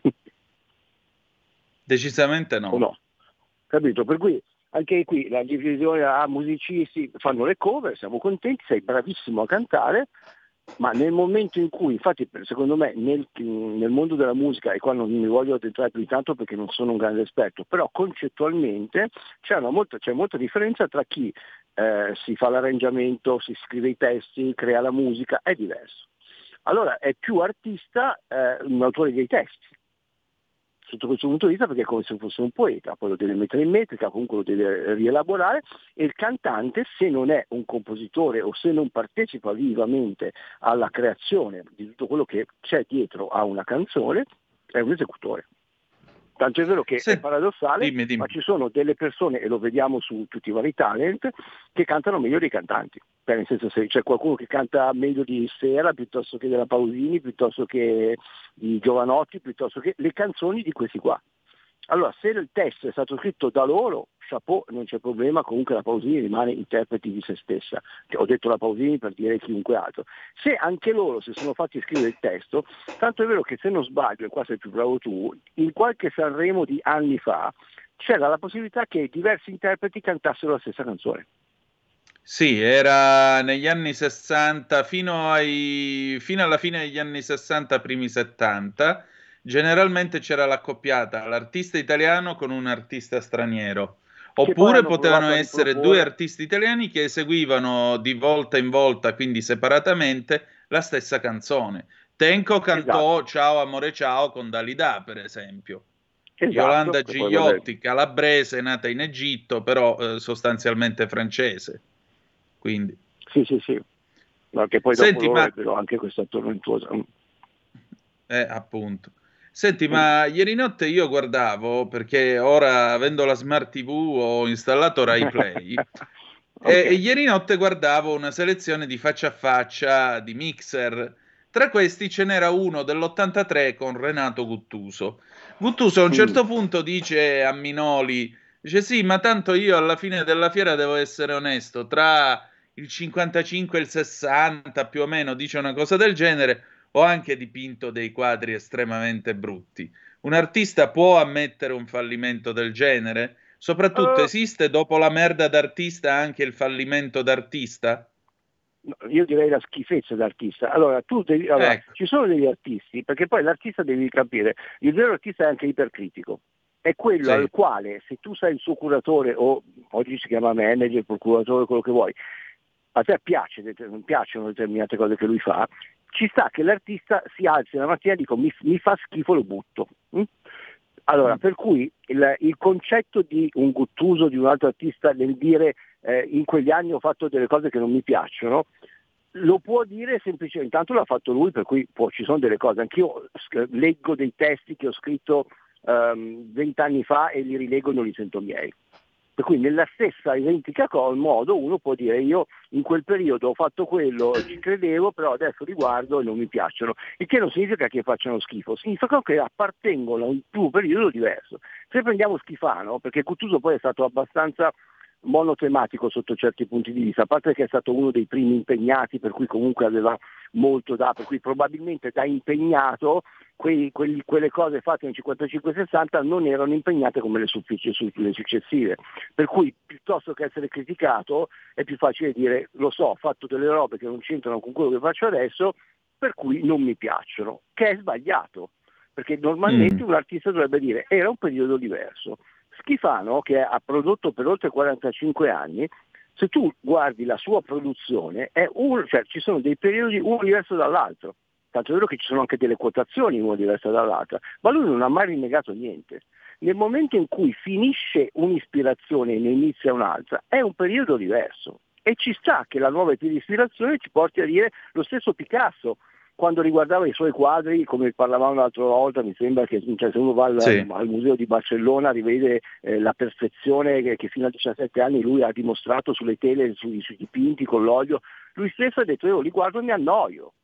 Decisamente no. O no? Capito? Per cui anche qui la divisione a musicisti fanno le cover, siamo contenti, sei bravissimo a cantare, ma nel momento in cui, infatti secondo me nel, nel mondo della musica, e qua non mi voglio addentrare più di tanto perché non sono un grande esperto, però concettualmente c'è, una molta, c'è molta differenza tra chi eh, si fa l'arrangiamento, si scrive i testi, crea la musica, è diverso. Allora è più artista eh, un autore dei testi, sotto questo punto di vista, perché è come se fosse un poeta, poi lo deve mettere in metrica, comunque lo deve rielaborare, e il cantante, se non è un compositore o se non partecipa vivamente alla creazione di tutto quello che c'è dietro a una canzone, è un esecutore. Tanto è vero che Se- è paradossale, dimmi, dimmi. ma ci sono delle persone, e lo vediamo su tutti i vari talent, che cantano meglio dei cantanti. Beh, nel senso, se c'è qualcuno che canta meglio di Sera, piuttosto che della Pausini, piuttosto che di Giovanotti, piuttosto che le canzoni di questi qua. Allora, se il testo è stato scritto da loro, chapeau, non c'è problema, comunque la Pausini rimane interprete di se stessa. Cioè, ho detto la Pausini per dire chiunque altro. Se anche loro si sono fatti scrivere il testo, tanto è vero che se non sbaglio, e qua sei più bravo tu, in qualche Sanremo di anni fa c'era la possibilità che diversi interpreti cantassero la stessa canzone. Sì, era negli anni sessanta fino, ai, fino alla fine degli anni sessanta, primi settanta. Generalmente c'era l'accoppiata l'artista italiano con un artista straniero. Che poi Oppure hanno potevano provato a essere riproporre. due artisti italiani che eseguivano di volta in volta, quindi separatamente, la stessa canzone. Tenco cantò Esatto. Ciao amore ciao con Dalida, per esempio. Esatto, Yolanda che poi vabbè. Gigliotti, calabrese, nata in Egitto, però eh, sostanzialmente francese. Quindi. Sì, sì, sì. No, che poi dopo Senti, loro ma ebbero anche questa tormentosa. eh, appunto. Senti, ma ieri notte io guardavo, perché ora avendo la Smart T V ho installato Rai Play, e, e Ok. ieri notte guardavo una selezione di faccia a faccia di Mixer. Tra questi ce n'era uno dell'ottantatré con Renato Guttuso. Guttuso a un Mm. certo punto dice a Minoli, dice sì, ma tanto io alla fine della fiera devo essere onesto, tra il cinquantacinque e il sessanta più o meno, dice una cosa del genere, ho anche dipinto dei quadri estremamente brutti. Un artista può ammettere un fallimento del genere? Soprattutto Uh, esiste dopo la merda d'artista anche il fallimento d'artista? no, io direi la schifezza d'artista. Allora, tu devi, allora, Ecco. ci sono degli artisti, perché poi l'artista devi capire, il vero artista è anche ipercritico. È quello Sì. al quale, se tu sei il suo curatore, o oggi si chiama manager, procuratore, quello che vuoi, a te piace, piacciono determinate cose che lui fa, ci sta che l'artista si alzi la mattina e dico mi, mi fa schifo, lo butto. Mm? Allora, per cui il, il concetto di un Guttuso, di un altro artista, nel dire eh, in quegli anni ho fatto delle cose che non mi piacciono, lo può dire semplicemente, intanto l'ha fatto lui, per cui può, ci sono delle cose, anch'io sc- leggo dei testi che ho scritto vent'anni um, fa e li rilego e non li sento miei. Per cui nella stessa identica cosa, modo uno può dire io in quel periodo ho fatto quello, ci credevo, però adesso li guardo e non mi piacciono. Il che non significa che facciano schifo, significa che appartengono a un tuo periodo diverso. Se prendiamo Schifano, perché Guttuso poi è stato abbastanza monotematico sotto certi punti di vista, a parte che è stato uno dei primi impegnati, per cui comunque aveva molto da, per cui probabilmente da impegnato quei, quelli, quelle cose fatte nel cinquantacinque sessanta non erano impegnate come le, suffici, le successive, per cui piuttosto che essere criticato è più facile dire lo so, ho fatto delle robe che non c'entrano con quello che faccio adesso, per cui non mi piacciono, che è sbagliato, perché normalmente mm. un artista dovrebbe dire era un periodo diverso. Schifano, che ha prodotto per oltre quarantacinque anni, se tu guardi la sua produzione, è un, cioè, ci sono dei periodi uno diverso dall'altro, tanto è vero che ci sono anche delle quotazioni una diversa dall'altra, ma lui non ha mai rinnegato niente. Nel momento in cui finisce un'ispirazione e ne inizia un'altra, è un periodo diverso, e ci sta che la nuova ispirazione ci porti a dire lo stesso Picasso, quando riguardava i suoi quadri, come parlavamo l'altra volta, mi sembra che cioè, se uno va al, sì. al museo di Barcellona rivede eh, la perfezione che, che fino a diciassette anni lui ha dimostrato sulle tele, sui, sui dipinti con l'olio, lui stesso ha detto io li guardo e mi annoio.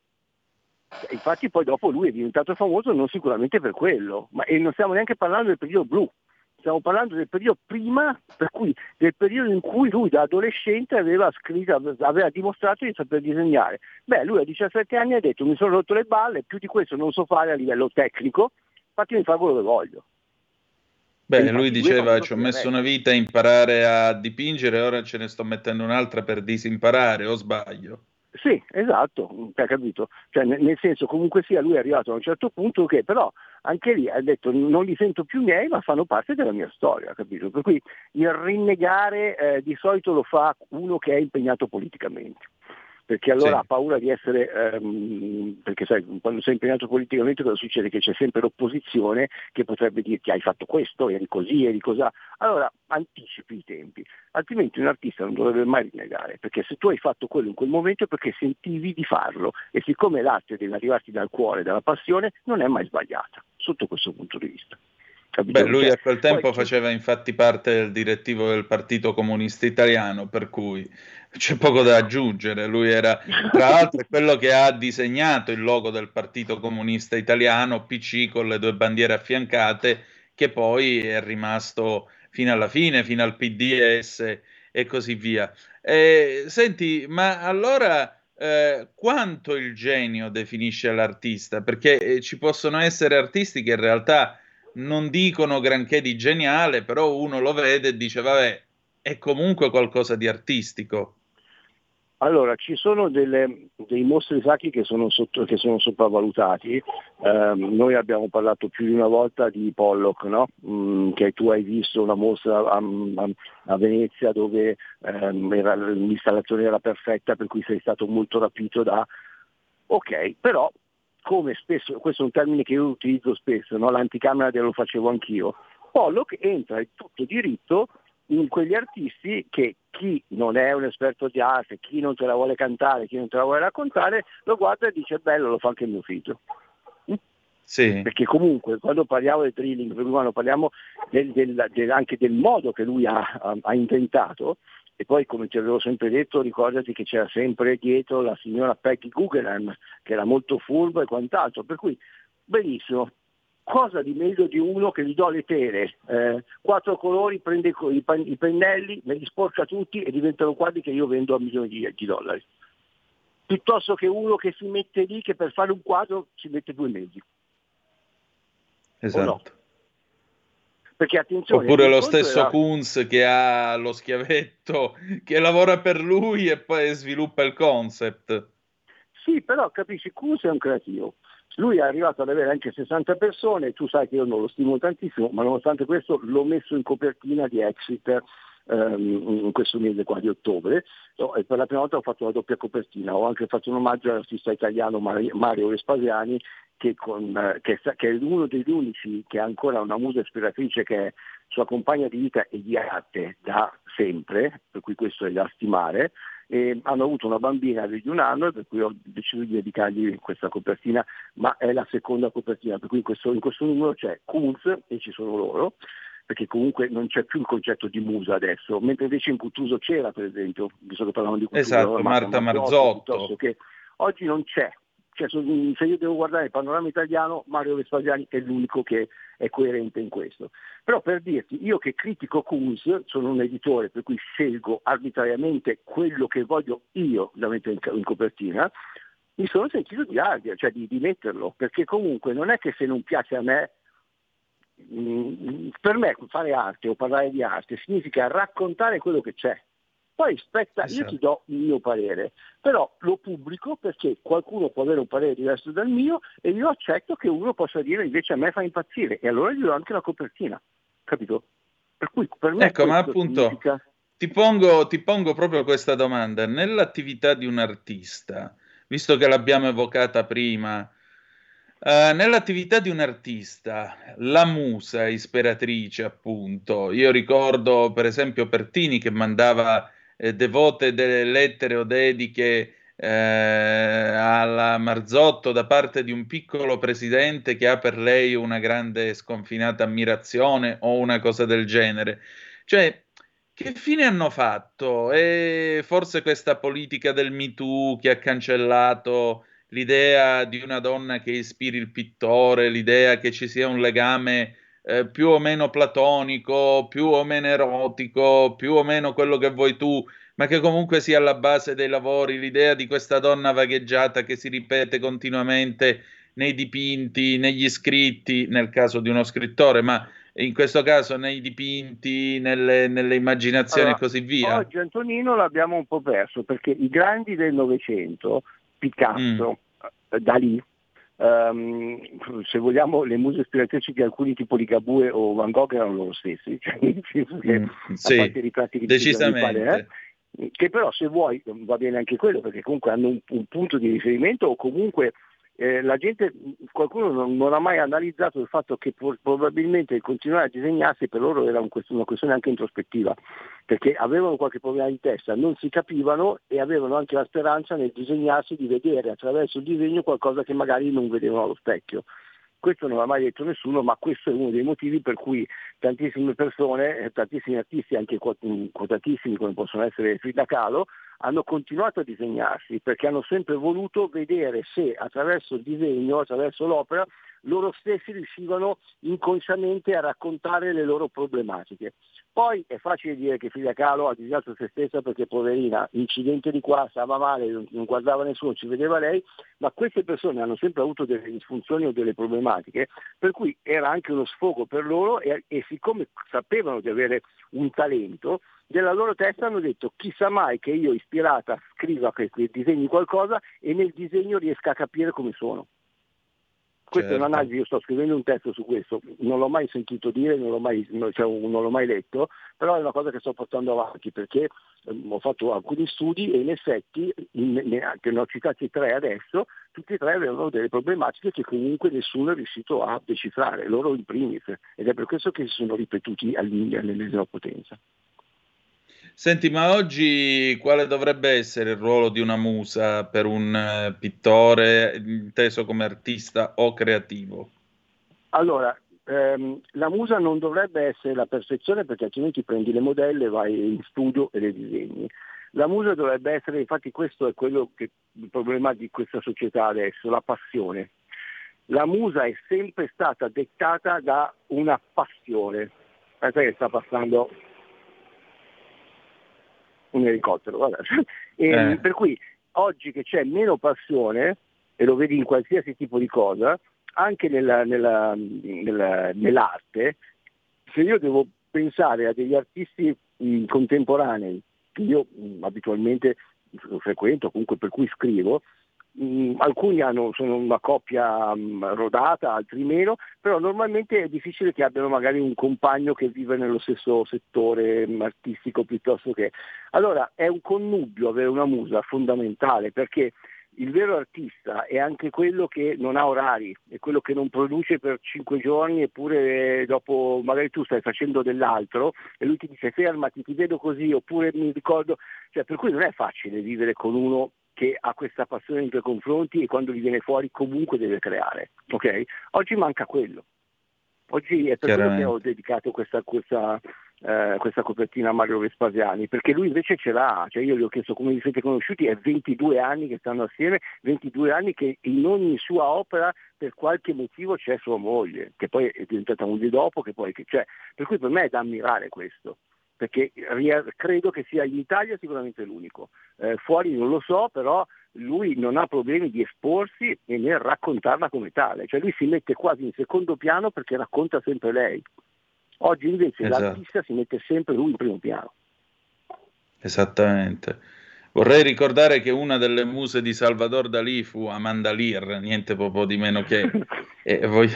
Infatti poi dopo lui è diventato famoso non sicuramente per quello, ma e non stiamo neanche parlando del periodo blu. Stiamo parlando del periodo prima, per cui del periodo in cui lui da adolescente aveva scritto, aveva dimostrato di saper disegnare. Beh, lui a diciassette anni ha detto mi sono rotto le balle, più di questo non so fare a livello tecnico, fatemi fare quello che voglio. Beh, lui diceva ci ho messo una vita a imparare a dipingere, ora ce ne sto mettendo un'altra per disimparare, o sbaglio? Sì, esatto, hai capito? Cioè, nel, nel senso, comunque sia, lui è arrivato a un certo punto che però anche lì ha detto non li sento più miei, ma fanno parte della mia storia, capito? Per cui il rinnegare eh, di solito lo fa uno che è impegnato politicamente, perché allora sì. ha paura di essere, ehm, perché sai, quando sei impegnato politicamente cosa succede? Che c'è sempre l'opposizione che potrebbe dirti hai fatto questo, eri così, eri cos'ha. Allora anticipi i tempi, altrimenti un artista non dovrebbe mai rinnegare, perché se tu hai fatto quello in quel momento è perché sentivi di farlo, e siccome l'arte deve arrivarti dal cuore, dalla passione, non è mai sbagliata, sotto questo punto di vista. Capito? Beh, lui a quel tempo Poi, faceva infatti parte del direttivo del Partito Comunista Italiano, per cui c'è poco da aggiungere. Lui era, tra l'altro, quello che ha disegnato il logo del Partito Comunista Italiano, P C con le due bandiere affiancate, che poi è rimasto fino alla fine, fino al P D S e così via. Eh, senti, ma allora eh, quanto il genio definisce l'artista? Perché eh, ci possono essere artisti che in realtà non dicono granché di geniale, però uno lo vede e dice vabbè, è comunque qualcosa di artistico. Allora, ci sono delle, dei mostri sacri che sono, sotto, che sono sopravvalutati. Eh, noi abbiamo parlato più di una volta di Pollock, no? Mm, che tu hai visto una mostra a, a, a Venezia dove ehm, era, l'installazione era perfetta, per cui sei stato molto rapito da... Ok, però come spesso, questo è un termine che io utilizzo spesso, no? L'anticamera lo facevo anch'io, Pollock entra in tutto diritto in quegli artisti che chi non è un esperto di arte, chi non te la vuole cantare, chi non te la vuole raccontare, lo guarda e dice bello, lo fa anche mio figlio. Sì. Perché comunque quando parliamo del drilling, quando parliamo del, del, del, anche del modo che lui ha, ha, ha inventato, e poi come ti avevo sempre detto, ricordati che c'era sempre dietro la signora Peggy Guggenheim, che era molto furba e quant'altro, per cui benissimo. Cosa di meglio di uno che gli do le tele, eh, quattro colori, prende i, i pennelli, me li sporca tutti e diventano quadri che io vendo a milioni di, di dollari. Piuttosto che uno che si mette lì che per fare un quadro ci mette due mesi. Esatto. No? Perché attenzione. Oppure lo stesso era... Kunz che ha lo schiavetto, che lavora per lui e poi sviluppa il concept. Sì, però capisci, Kunz è un creativo. Lui è arrivato ad avere anche sessanta persone, tu sai che io non lo stimo tantissimo, ma nonostante questo l'ho messo in copertina di Exeter um, in questo mese qua di ottobre, no, e per la prima volta ho fatto una doppia copertina, ho anche fatto un omaggio all'artista italiano Mario Vespasiani, che, con, eh, che, che è uno degli unici che ha ancora una musa ispiratrice che è sua compagna di vita e di arte da sempre, per cui questo è da stimare. E hanno avuto una bambina di un anno, per cui ho deciso di dedicargli questa copertina, ma è la seconda copertina, per cui in questo, in questo numero c'è Kunz e ci sono loro, perché comunque non c'è più il concetto di musa adesso, mentre invece in Cuttuso c'era, per esempio, visto che parlavamo di Cuttuso, esatto, Marta, Marta Marzotto, Marzotto, che oggi non c'è, cioè, se io devo guardare il panorama italiano, Mario Vespasiani è l'unico che è coerente in questo. Però per dirti, io che critico Kunz, sono un editore per cui scelgo arbitrariamente quello che voglio io da mettere in, in copertina, mi sono sentito di ardia, cioè di, di metterlo, perché comunque non è che se non piace a me, mh, per me fare arte o parlare di arte significa raccontare quello che c'è. Poi aspetta, io ti do il mio parere, però lo pubblico perché qualcuno può avere un parere diverso dal mio e io accetto che uno possa dire invece a me fa impazzire e allora gli do anche la copertina, capito? Per cui per me ecco, ma appunto significa... ti, pongo, ti pongo proprio questa domanda. Nell'attività di un artista, visto che l'abbiamo evocata prima, Uh, nell'attività di un artista, la musa ispiratrice, appunto, io ricordo per esempio Pertini che mandava eh, devote delle lettere o dediche eh, alla Marzotto da parte di un piccolo presidente che ha per lei una grande sconfinata ammirazione o una cosa del genere. Cioè, che fine hanno fatto? E forse questa politica del Me Too che ha cancellato l'idea di una donna che ispiri il pittore, l'idea che ci sia un legame eh, più o meno platonico, più o meno erotico, più o meno quello che vuoi tu, ma che comunque sia alla base dei lavori, l'idea di questa donna vagheggiata che si ripete continuamente nei dipinti, negli scritti, nel caso di uno scrittore, ma in questo caso nei dipinti, nelle, nelle immaginazioni allora, e così via. Oggi Antonino l'abbiamo un po' perso perché i grandi del Novecento, Picasso, mm. Dalì, um, se vogliamo le muse ispiratrici di alcuni tipo Ligabue o Van Gogh erano loro stessi, cioè, che, mm, a sì, parte i ritratti di decisamente. Pale, eh, che però se vuoi va bene anche quello perché comunque hanno un, un punto di riferimento o comunque eh, la gente, qualcuno non, non ha mai analizzato il fatto che por- probabilmente il continuare a disegnarsi per loro era un quest- una questione anche introspettiva, perché avevano qualche problema di testa, non si capivano e avevano anche la speranza nel disegnarsi di vedere attraverso il disegno qualcosa che magari non vedevano allo specchio. Questo non l'ha mai detto nessuno, ma questo è uno dei motivi per cui tantissime persone, tantissimi artisti, anche quotatissimi come possono essere Frida Kahlo, hanno continuato a disegnarsi perché hanno sempre voluto vedere se attraverso il disegno, attraverso l'opera, loro stessi riuscivano inconsciamente a raccontare le loro problematiche. Poi è facile dire che Frida Kahlo ha disegnato se stessa perché poverina, incidente di qua, stava male, non guardava nessuno, ci vedeva lei, ma queste persone hanno sempre avuto delle disfunzioni o delle problematiche, per cui era anche uno sfogo per loro e, e siccome sapevano di avere un talento, nella loro testa hanno detto chissà mai che io ispirata scriva che, che disegni qualcosa e nel disegno riesca a capire come sono. Questa certo. È un'analisi, io sto scrivendo un testo su questo, non l'ho mai sentito dire, non l'ho mai, cioè, non l'ho mai letto, però è una cosa che sto portando avanti perché eh, ho fatto alcuni studi e in effetti, in, ne, che ne ho citati tre adesso, tutti e tre avevano delle problematiche che comunque nessuno è riuscito a decifrare, loro in primis, ed è per questo che si sono ripetuti all'ennesima potenza. Senti, ma oggi quale dovrebbe essere il ruolo di una musa per un uh, pittore inteso come artista o creativo? Allora, ehm, la musa non dovrebbe essere la perfezione perché altrimenti prendi le modelle, vai in studio e le disegni. La musa dovrebbe essere, infatti questo è quello che il problema di questa società adesso, la passione. La musa è sempre stata dettata da una passione. Aspetta che sta passando un elicottero, vabbè. E, eh. Per cui oggi che c'è meno passione, e lo vedi in qualsiasi tipo di cosa, anche nella, nella, nella, nell'arte, se io devo pensare a degli artisti mh, contemporanei, che io mh, abitualmente frequento, comunque per cui scrivo, mh, alcuni hanno, sono una coppia mh, rodata, altri meno, però normalmente è difficile che abbiano magari un compagno che vive nello stesso settore mh, artistico piuttosto che... Allora è un connubio avere una musa fondamentale perché il vero artista è anche quello che non ha orari, è quello che non produce per cinque giorni eppure dopo magari tu stai facendo dell'altro e lui ti dice fermati, ti vedo così, oppure mi ricordo, cioè per cui non è facile vivere con uno che ha questa passione nei tuoi confronti e quando gli viene fuori comunque deve creare, ok? Oggi manca quello. Oggi è per quello che ho dedicato questa, questa, eh, questa copertina a Mario Vespasiani, perché lui invece ce l'ha, cioè io gli ho chiesto come vi siete conosciuti, è ventidue anni che stanno assieme, ventidue anni che in ogni sua opera per qualche motivo c'è sua moglie, che poi è diventata moglie dopo, che poi che c'è, per cui per me è da ammirare questo, perché credo che sia in Italia sicuramente l'unico, eh, fuori non lo so, però lui non ha problemi di esporsi e nel raccontarla come tale, cioè lui si mette quasi in secondo piano perché racconta sempre lei. Oggi invece Esatto. l'artista si mette sempre lui in primo piano. Esattamente. Vorrei ricordare che una delle muse di Salvador Dalì fu Amanda Lear, niente proprio di meno che... e, voglio,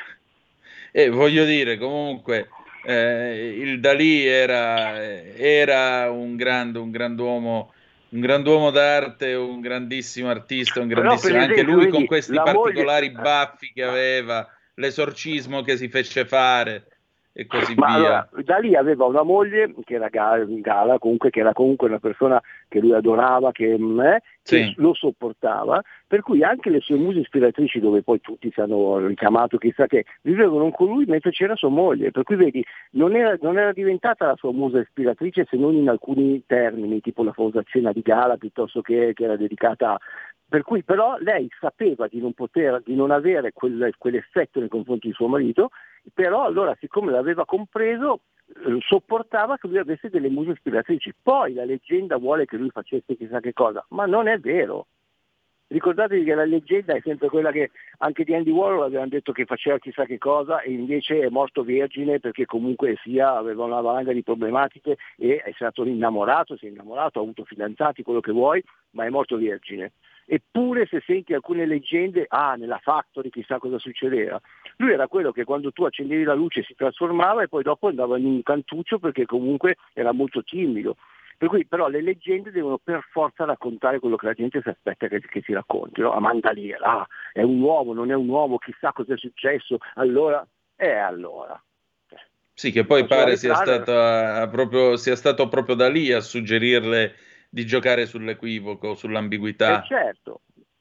e voglio dire, comunque, eh, il Dalì era, era un grande, un grand'uomo, un grand'uomo d'arte, un grandissimo artista, un grandissimo... Però, per esempio, anche lui vedi, con questi la particolari moglie... baffi che aveva, l'esorcismo che si fece fare e così Ma via. allora, Dalì aveva una moglie che era Gala, Gala, comunque che era comunque una persona che lui adorava, che, eh, che Sì. lo sopportava, per cui anche le sue muse ispiratrici, dove poi tutti si hanno richiamato chissà che, vivevano con lui mentre c'era sua moglie, per cui vedi, non era, non era diventata la sua musa ispiratrice se non in alcuni termini, tipo la famosa cena di Gala, piuttosto che, che era dedicata a... Per cui però lei sapeva di non poter, di non avere quel, quell'effetto nei confronti di suo marito, però allora siccome l'aveva compreso eh, sopportava che lui avesse delle muse ispiratrici. Poi la leggenda vuole che lui facesse chissà che cosa, ma non è vero. Ricordatevi che la leggenda è sempre quella che anche di Andy Warhol avevano detto che faceva chissà che cosa e invece è morto vergine perché comunque sia aveva una valanga di problematiche e è stato innamorato, si è innamorato, ha avuto fidanzati, quello che vuoi, ma è morto vergine. Eppure se senti alcune leggende, ah, nella Factory chissà cosa succedeva. Lui era quello che quando tu accendevi la luce si trasformava e poi dopo andava in un cantuccio perché comunque era molto timido. Per cui però le leggende devono per forza raccontare quello che la gente si aspetta che, che si racconti, no? Amanda Lear, ah, è un uomo, non è un uomo, chissà cosa è successo, allora, e eh, allora. Sì, che poi Non pare so sia, entrare... stata proprio, sia stato proprio da lì a suggerirle di giocare sull'equivoco, sull'ambiguità. Eh certo.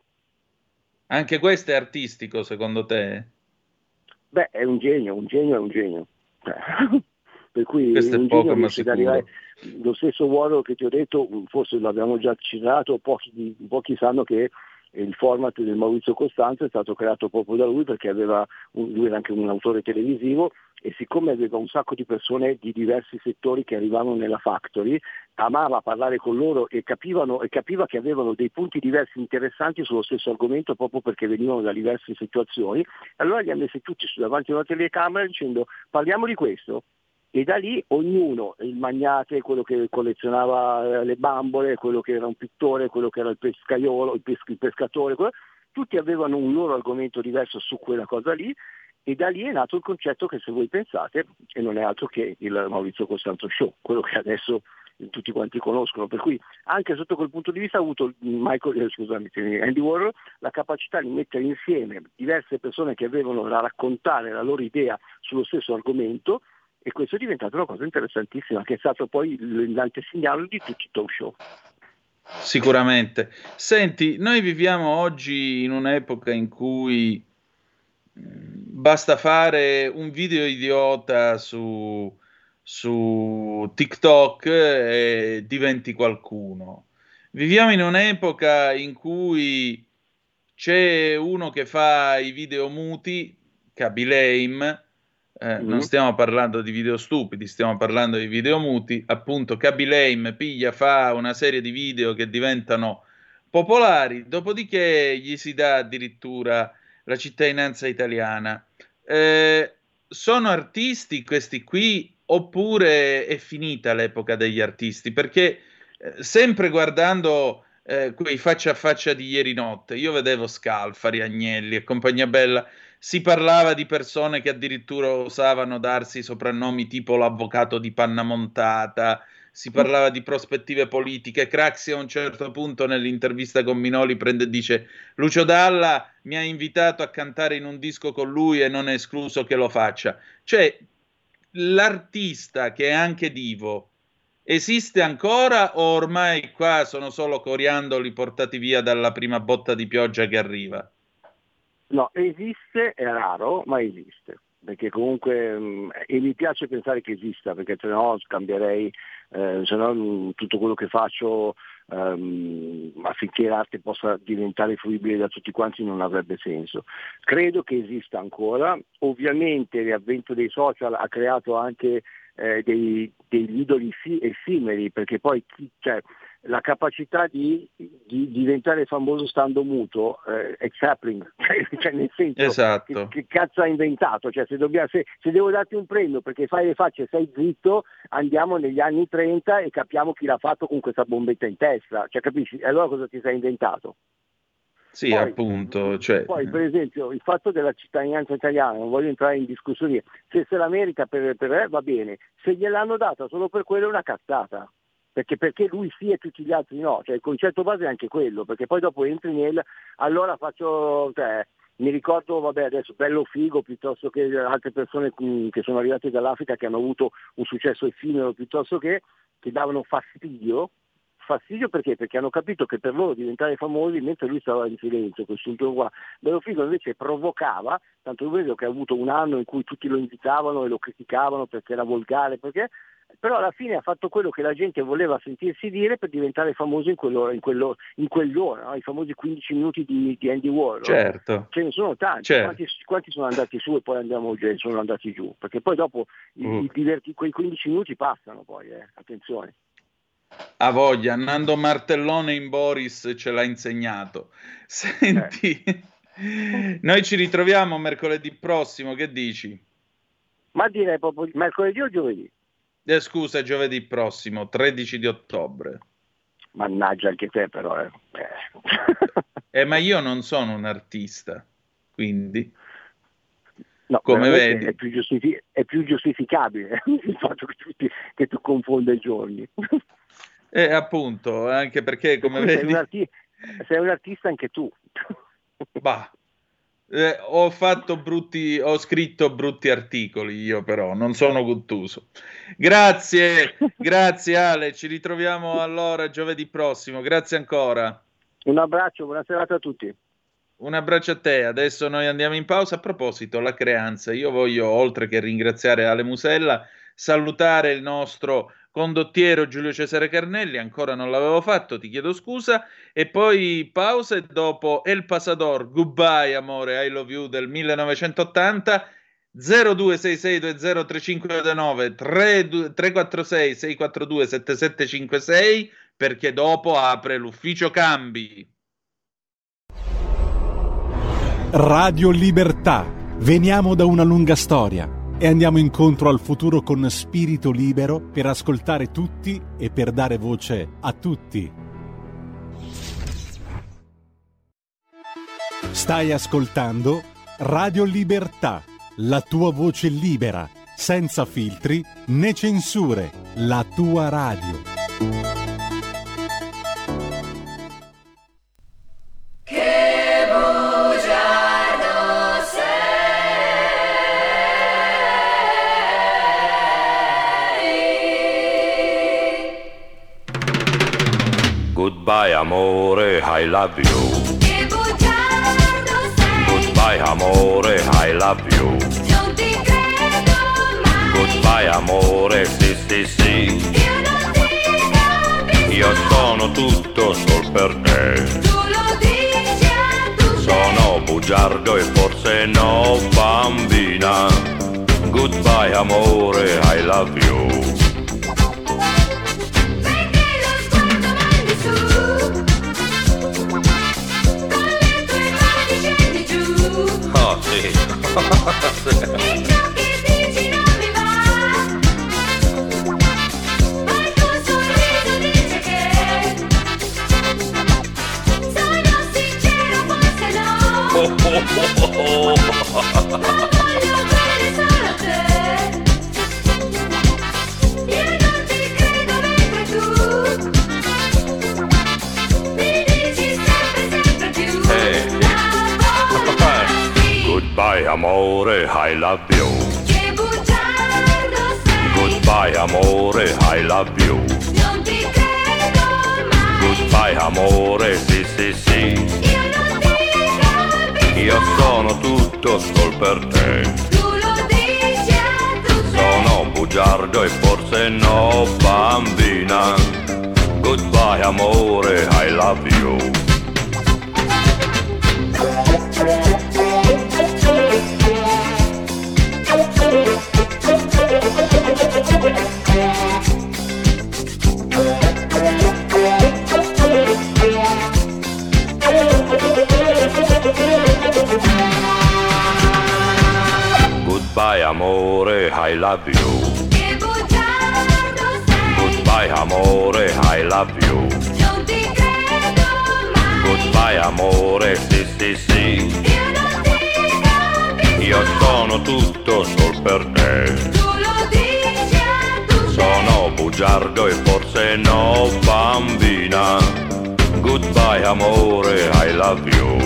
Anche questo è artistico, secondo te? Beh, è un genio, un genio è un genio. Per cui questo un è poco genio ma riesce ad sicuro. arrivare, lo stesso Warhol che ti ho detto, forse l'abbiamo già citato, pochi, pochi sanno che il format del Maurizio Costanzo è stato creato proprio da lui perché aveva un, lui era anche un autore televisivo e siccome aveva un sacco di persone di diversi settori che arrivavano nella Factory, amava parlare con loro e capivano e capiva che avevano dei punti diversi interessanti sullo stesso argomento proprio perché venivano da diverse situazioni, allora li ha messi tutti davanti a una telecamera dicendo parliamo di questo. E da lì ognuno, il magnate, quello che collezionava le bambole, quello che era un pittore, quello che era il pescaiolo, il, pes- il pescatore, quello, tutti avevano un loro argomento diverso su quella cosa lì e da lì è nato il concetto che se voi pensate, e non è altro che il Maurizio Costanzo Show, quello che adesso tutti quanti conoscono, per cui anche sotto quel punto di vista ha avuto Michael, eh, scusami, Andy Warhol la capacità di mettere insieme diverse persone che avevano da raccontare la loro idea sullo stesso argomento. E questo è diventato una cosa interessantissima, che è stato poi l'antesignano di tutti i talk show. Sicuramente. Senti, noi viviamo oggi in un'epoca in cui basta fare un video idiota su, su TikTok e diventi qualcuno. Viviamo in un'epoca in cui c'è uno che fa i video muti, Kaby Lame. Eh, Mm-hmm. Non stiamo parlando di video stupidi, stiamo parlando di video muti. Appunto, Kaby Lame piglia, fa una serie di video che diventano popolari, dopodiché gli si dà addirittura la cittadinanza italiana. Eh, sono artisti questi qui oppure è finita l'epoca degli artisti? Perché eh, sempre guardando eh, quei faccia a faccia di ieri notte, io vedevo Scalfari, Agnelli e compagnia bella. Si parlava di persone che addirittura osavano darsi soprannomi tipo l'avvocato di panna montata, si parlava di prospettive politiche. Craxi a un certo punto nell'intervista con Minoli prende e dice Lucio Dalla mi ha invitato a cantare in un disco con lui e non è escluso che lo faccia. Cioè, l'artista che è anche divo esiste ancora o ormai qua sono solo coriandoli portati via dalla prima botta di pioggia che arriva? No, esiste, è raro, ma esiste. perché comunque mh, e mi piace pensare che esista, perché se no cambierei, eh, se no mh, tutto quello che faccio um, affinché l'arte possa diventare fruibile da tutti quanti non avrebbe senso. Credo che esista ancora, ovviamente l'avvento dei social ha creato anche eh, dei, degli idoli fi- effimeri, perché poi chi, cioè, la capacità di, di diventare famoso stando muto eh, è Chaplin, cioè nel senso esatto. che, che cazzo ha inventato, cioè se, dobbiamo, se, se devo darti un premio perché fai le facce e sei zitto, andiamo negli anni trenta e capiamo chi l'ha fatto con questa bombetta in testa, cioè capisci? E allora cosa ti sei inventato? Sì, poi, appunto. Cioè... Poi per esempio il fatto della cittadinanza italiana, non voglio entrare in discussione, se se la merita per, per eh, va bene, se gliel'hanno data solo per quello è una cazzata. Perché, perché lui sì e tutti gli altri no, cioè il concetto base è anche quello, perché poi dopo entri nel, allora faccio, cioè, mi ricordo, vabbè adesso Bello Figo piuttosto che altre persone mh, che sono arrivate dall'Africa che hanno avuto un successo effimero piuttosto che, che davano fastidio, fastidio perché? Perché hanno capito che per loro diventare famosi mentre lui stava in silenzio, quest'ultimo qua. Bello Figo invece provocava, tanto vedo che ha avuto un anno in cui tutti lo invitavano e lo criticavano perché era volgare, perché però alla fine ha fatto quello che la gente voleva sentirsi dire per diventare famoso in, quello, in, quello, in quell'ora, no? I famosi quindici minuti di, di Andy Warhol. Certo. Ce ne sono tanti, certo. quanti, quanti sono andati su e poi andiamo giù, sono andati giù, perché poi dopo mm. i, i diverti, quei quindici minuti passano poi, eh. Attenzione. A voglia, Nando Martellone in Boris ce l'ha insegnato. Senti, eh. Noi ci ritroviamo mercoledì prossimo, che dici? Ma direi proprio mercoledì o giovedì? Eh, scusa, giovedì prossimo, tredici di ottobre. Mannaggia anche te però, eh. eh ma io non sono un artista, quindi... No, come vedi è più, giustific- è più giustificabile il fatto che tu, ti, che tu confonda i giorni. Eh, appunto, anche perché come sei vedi... Un arti- sei un artista anche tu. Bah. Eh, ho fatto brutti, ho scritto brutti articoli io però, non sono guttuso. Grazie, grazie Ale, ci ritroviamo allora giovedì prossimo, grazie ancora. Un abbraccio, buona serata a tutti. Un abbraccio a te, adesso noi andiamo in pausa. A proposito, la creanza, io voglio, oltre che ringraziare Ale Musella, salutare il nostro condottiero Giulio Cesare Carnelli, ancora non l'avevo fatto, ti chiedo scusa, e poi pausa e dopo El Pasador, Goodbye Amore, I Love You del millenovecentottanta, zero due sei sei due zero tre cinque due nove tre quattro sei sei quattro due sette sette cinque sei, perché dopo apre l'ufficio cambi. Radio Libertà, veniamo da una lunga storia e andiamo incontro al futuro con spirito libero per ascoltare tutti e per dare voce a tutti. Stai ascoltando Radio Libertà, la tua voce libera, senza filtri né censure, la tua radio. Goodbye amore, I love you. Che bugiardo sei. Goodbye amore, I love you. Non ti credo mai. Goodbye amore, sì sì sì. Io non ti capisco. Io sono tutto sol per te. Tu lo dici a tutti. Sono bugiardo e forse no bambina. Goodbye amore, I love you. E ciò che dici non mi va, ma il tuo sorriso dice che sono sincero, forse no, ma voglio bene solo a te. Io non ti credo mentre tu mi dici sempre, sempre più. Hey. Goodbye amore, I love you. Che bugiardo sei. Goodbye amore, I love you. Non ti credo mai. Goodbye amore, sì sì sì. Io non ti capisco. Io sono tutto sol per te. Tu lo dici bugiardo e forse no, bambina. Goodbye amore, I love you. Goodbye amore, I love you. Che bugiardo sei. Goodbye amore, I love you. Non ti credo mai. Goodbye amore, sì sì sì. Io non ti capisco. Io sono tutto sol per te. Tu lo dici a tutti. Sono bugiardo e forse no, bambina. Goodbye amore, I love you.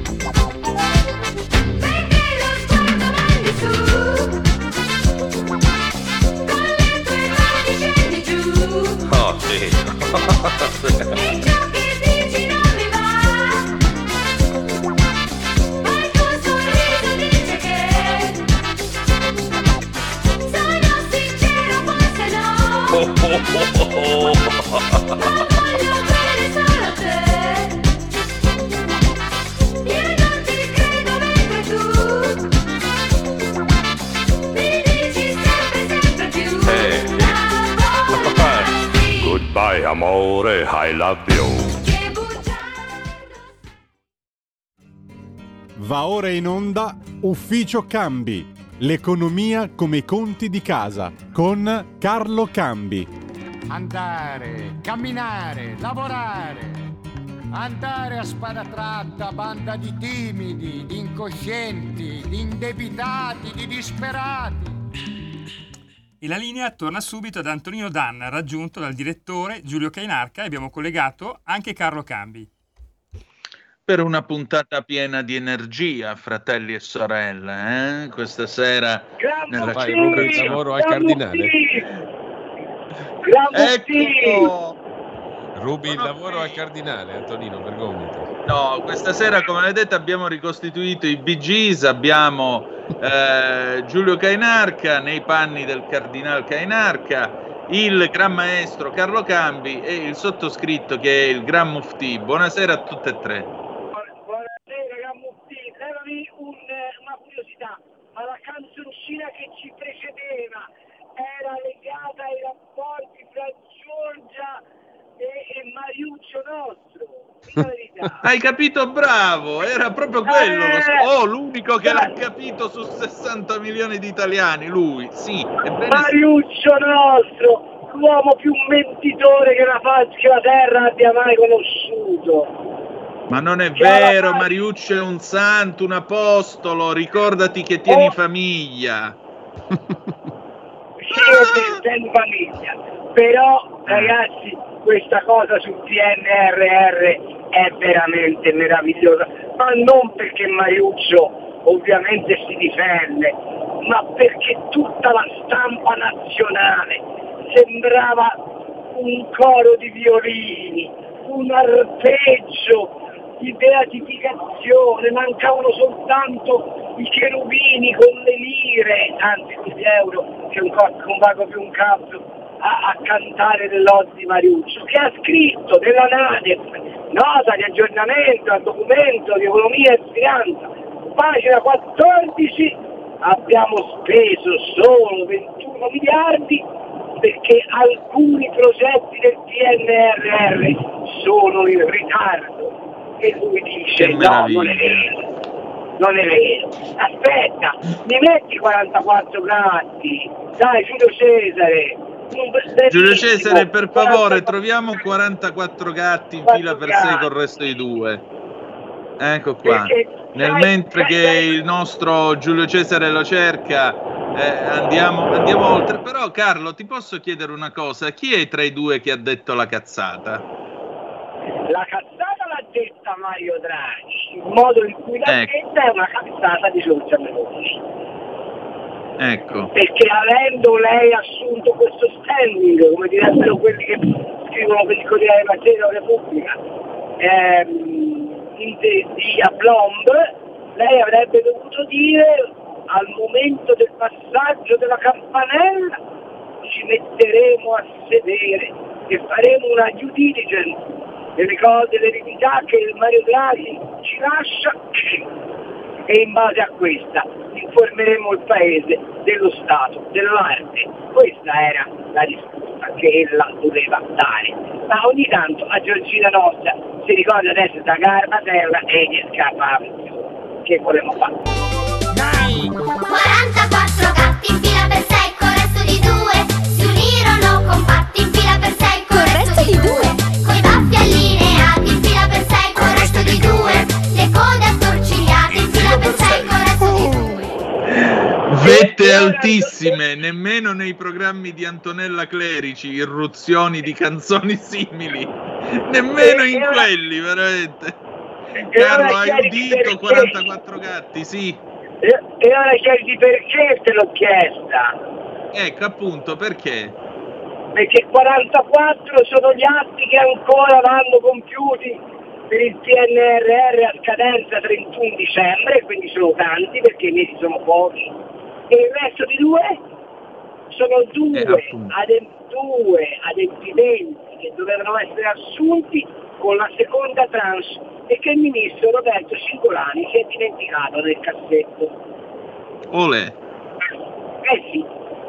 Oh sì. E ciò che dici non mi va. Ma il tuo sorriso dice che sono sincero, forse no. Oh, oh, oh, oh. Ma voglio bene solo a te. Io non ti credo mentre tu mi dici sempre, sempre più. Hey. Goodbye amore, I love you. Va ora in onda Ufficio Cambi, l'economia come i conti di casa, con Carlo Cambi. Andare, camminare, lavorare, andare a spada tratta, banda di timidi, di incoscienti, di indebitati, di disperati. E la linea torna subito ad Antonino Danna, raggiunto dal direttore Giulio Cainarca, e abbiamo collegato anche Carlo Cambi. Per una puntata piena di energia, fratelli e sorelle, eh? Questa sera nella Vai, Rubi, il lavoro al cardinale. Ecco! Rubi il lavoro al cardinale, Antonino, vergognati. No, questa sera, come vedete, abbiamo ricostituito i Bee Gees, abbiamo eh, Giulio Cainarca nei panni del cardinale Cainarca, il gran maestro Carlo Cambi e il sottoscritto che è il gran Mufti. Buonasera a tutte e tre. Buonasera, gran Mufti. Levami un, una curiosità, ma la canzoncina che ci precedeva era legata ai rapporti fra Giorgia e, e Mariuccio nostro. Hai capito, bravo, era proprio quello lo sc- oh, l'unico che l'ha capito su sessanta milioni di italiani, lui, sì, ebbene Mariuccio nostro, l'uomo più mentitore che la, fa- che la terra abbia mai conosciuto. Ma non è vero, Mariuccio è un santo, un apostolo, ricordati che tieni oh. famiglia. Sì, tieni famiglia, però ragazzi, questa cosa sul P N R R è veramente meravigliosa, ma non perché Mariuccio ovviamente si difende, ma perché tutta la stampa nazionale sembrava un coro di violini, un arpeggio di beatificazione, mancavano soltanto i cherubini con le lire, anzi gli euro, che un co- non vago più un cazzo, a, a cantare dell'Ode di Mariuccio, che ha scritto nella NADEF, nota di aggiornamento al documento di economia e finanza, pagina quattordici, abbiamo speso solo ventuno miliardi perché alcuni progetti del P N R R sono in ritardo. E lui dice no, non è vero, non è vero, aspetta, mi metti quarantaquattro gatti, dai Giulio Cesare. Giulio Cesare, per favore, troviamo quarantaquattro gatti in fila per sé col resto di due. Ecco qua. Nel mentre che il nostro Giulio Cesare lo cerca, eh, andiamo, andiamo oltre. Però Carlo, ti posso chiedere una cosa? Chi è tra i due che ha detto la cazzata? La cazzata l'ha detta Mario Draghi, il modo in cui l'ha ecco. detta è una cazzata di Giorgia Meloni. Ecco. Perché avendo lei assunto questo standing, come direbbero quelli che scrivono per il Corriere della Sera o Repubblica, ehm, di, di aplomb, lei avrebbe dovuto dire al momento del passaggio della campanella ci metteremo a sedere e faremo una due diligence delle cose, dell'eredità che il Mario Draghi ci lascia, e in base a questa informeremo il paese dello stato dell'arte. Questa era la risposta che ella doveva dare, ma ogni tanto a Giorgina nostra si ricorda adesso da Garbatella e gli scappa. Che volevamo fare? quarantaquattro gatti in fila per sei col resto di due, si unirono compatti in fila per sei col resto di due, coi baffi allineati in fila per sei col resto di due, le code attorcigliate in fila per sei col resto di due. Vette altissime, nemmeno nei programmi di Antonella Clerici, irruzioni di canzoni simili, nemmeno in quelli, veramente. Carlo, hai udito quarantaquattro gatti, sì. E, e ora chiedi perché te l'ho chiesta. Ecco, appunto, perché? Perché quarantaquattro sono gli atti che ancora vanno compiuti per il P N R R a scadenza trentuno dicembre, quindi sono tanti perché i mesi sono pochi. E il resto di due sono due, eh, adem- due adempimenti che dovevano essere assunti con la seconda tranche e che il ministro Roberto Cingolani si è dimenticato nel cassetto. Olè. Eh sì.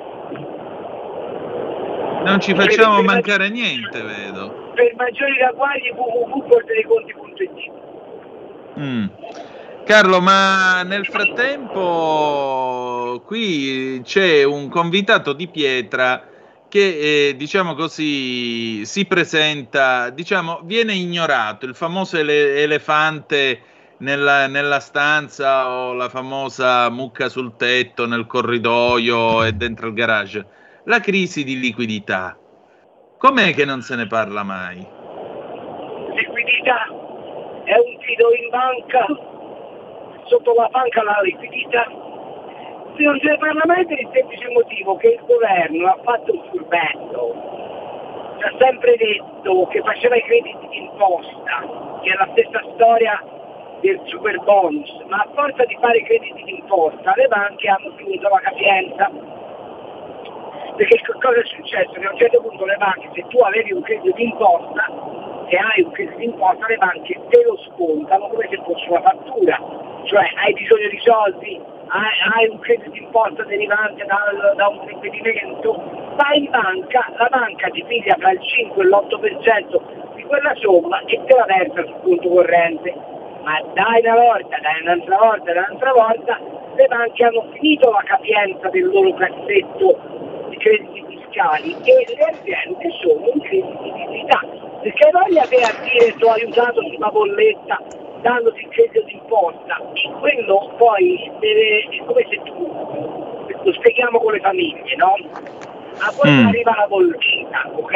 Non ci facciamo per, mancare per, niente, vedo. Per maggiori ragguagli w w w punto portadeconti punto i t. Mm. Carlo, ma nel frattempo qui c'è un convitato di pietra che eh, diciamo così si presenta, diciamo viene ignorato, il famoso ele- elefante nella, nella stanza o la famosa mucca sul tetto, nel corridoio e dentro il garage, la crisi di liquidità. Com'è che non se ne parla mai? Liquidità è un fido in banca, sotto la banca la liquidità. Non se ne parla mai per il semplice motivo che il governo ha fatto un furbetto, ci ha sempre detto che faceva i crediti d'imposta, che è la stessa storia del super bonus, ma a forza di fare i crediti d'imposta le banche hanno finito la capienza, perché cosa è successo? Che a un certo punto le banche, se tu avevi un credito d'imposta e hai un credito d'imposta, le banche te lo scontano come se fosse una fattura, cioè hai bisogno di soldi, hai un credito d'imposta derivante dal, da un provvedimento, vai in banca, la banca ti piglia tra il cinque e l'otto per cento di quella somma e te la versa sul conto corrente. Ma dai una volta, dai un'altra volta, dai un'altra volta, le banche hanno finito la capienza del loro cassetto di crediti fiscali e le aziende sono in crisi di liquidità. Perché voglia te a dire ti ho aiutato sulla bolletta dandoti il credito d'imposta, e quello poi deve, è come se tu, lo spieghiamo con le famiglie, no? A voi mm. arriva la bolletta, ok?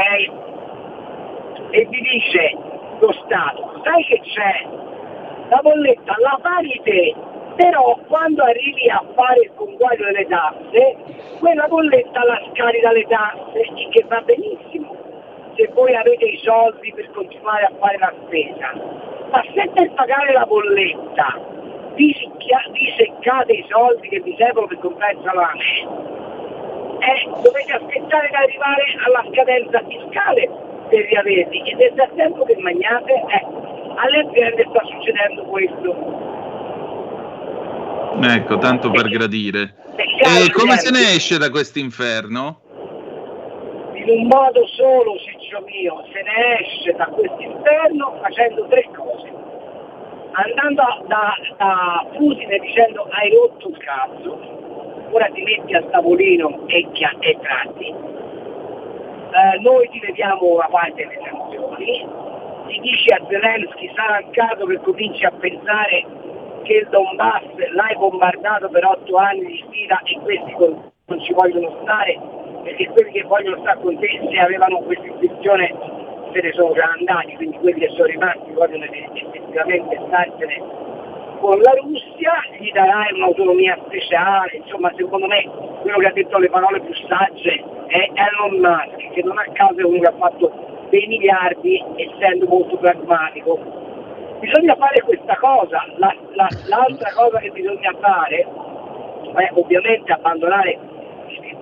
E vi dice lo Stato, sai che c'è? La bolletta la paghi te, però quando arrivi a fare il conguaglio delle tasse, quella bolletta la scavi dalle tasse, il che va benissimo se voi avete i soldi per continuare a fare la spesa. Ma se per pagare la bolletta vi, sicchia, vi seccate i soldi che vi servono per comprare il salame, eh, dovete aspettare di arrivare alla scadenza fiscale per riaverli, e nel frattempo che magnate, eh, alle aziende sta succedendo questo. Ecco, tanto per gradire. E come se ne esce da questo inferno? In un modo solo, ciccio mio, se ne esce da questo inferno facendo tre cose. Andando da, da Putin dicendo hai rotto il cazzo, ora ti metti al tavolino e, chia- e tratti, eh, noi ti vediamo una parte delle sanzioni, ti dici a Zelensky sarà il caso che cominci a pensare che il Donbass l'hai bombardato per otto anni di fila e questi non ci vogliono stare, perché quelli che vogliono stare con te, se avevano questa intenzione, se ne sono già andati, quindi quelli che sono rimasti vogliono effettivamente starsene con la Russia, gli darai un'autonomia speciale, insomma secondo me quello che ha detto le parole più sagge è Elon Musk, che non a caso è uno che ha fatto dei miliardi essendo molto pragmatico. Bisogna fare questa cosa, la, la, l'altra cosa che bisogna fare è ovviamente abbandonare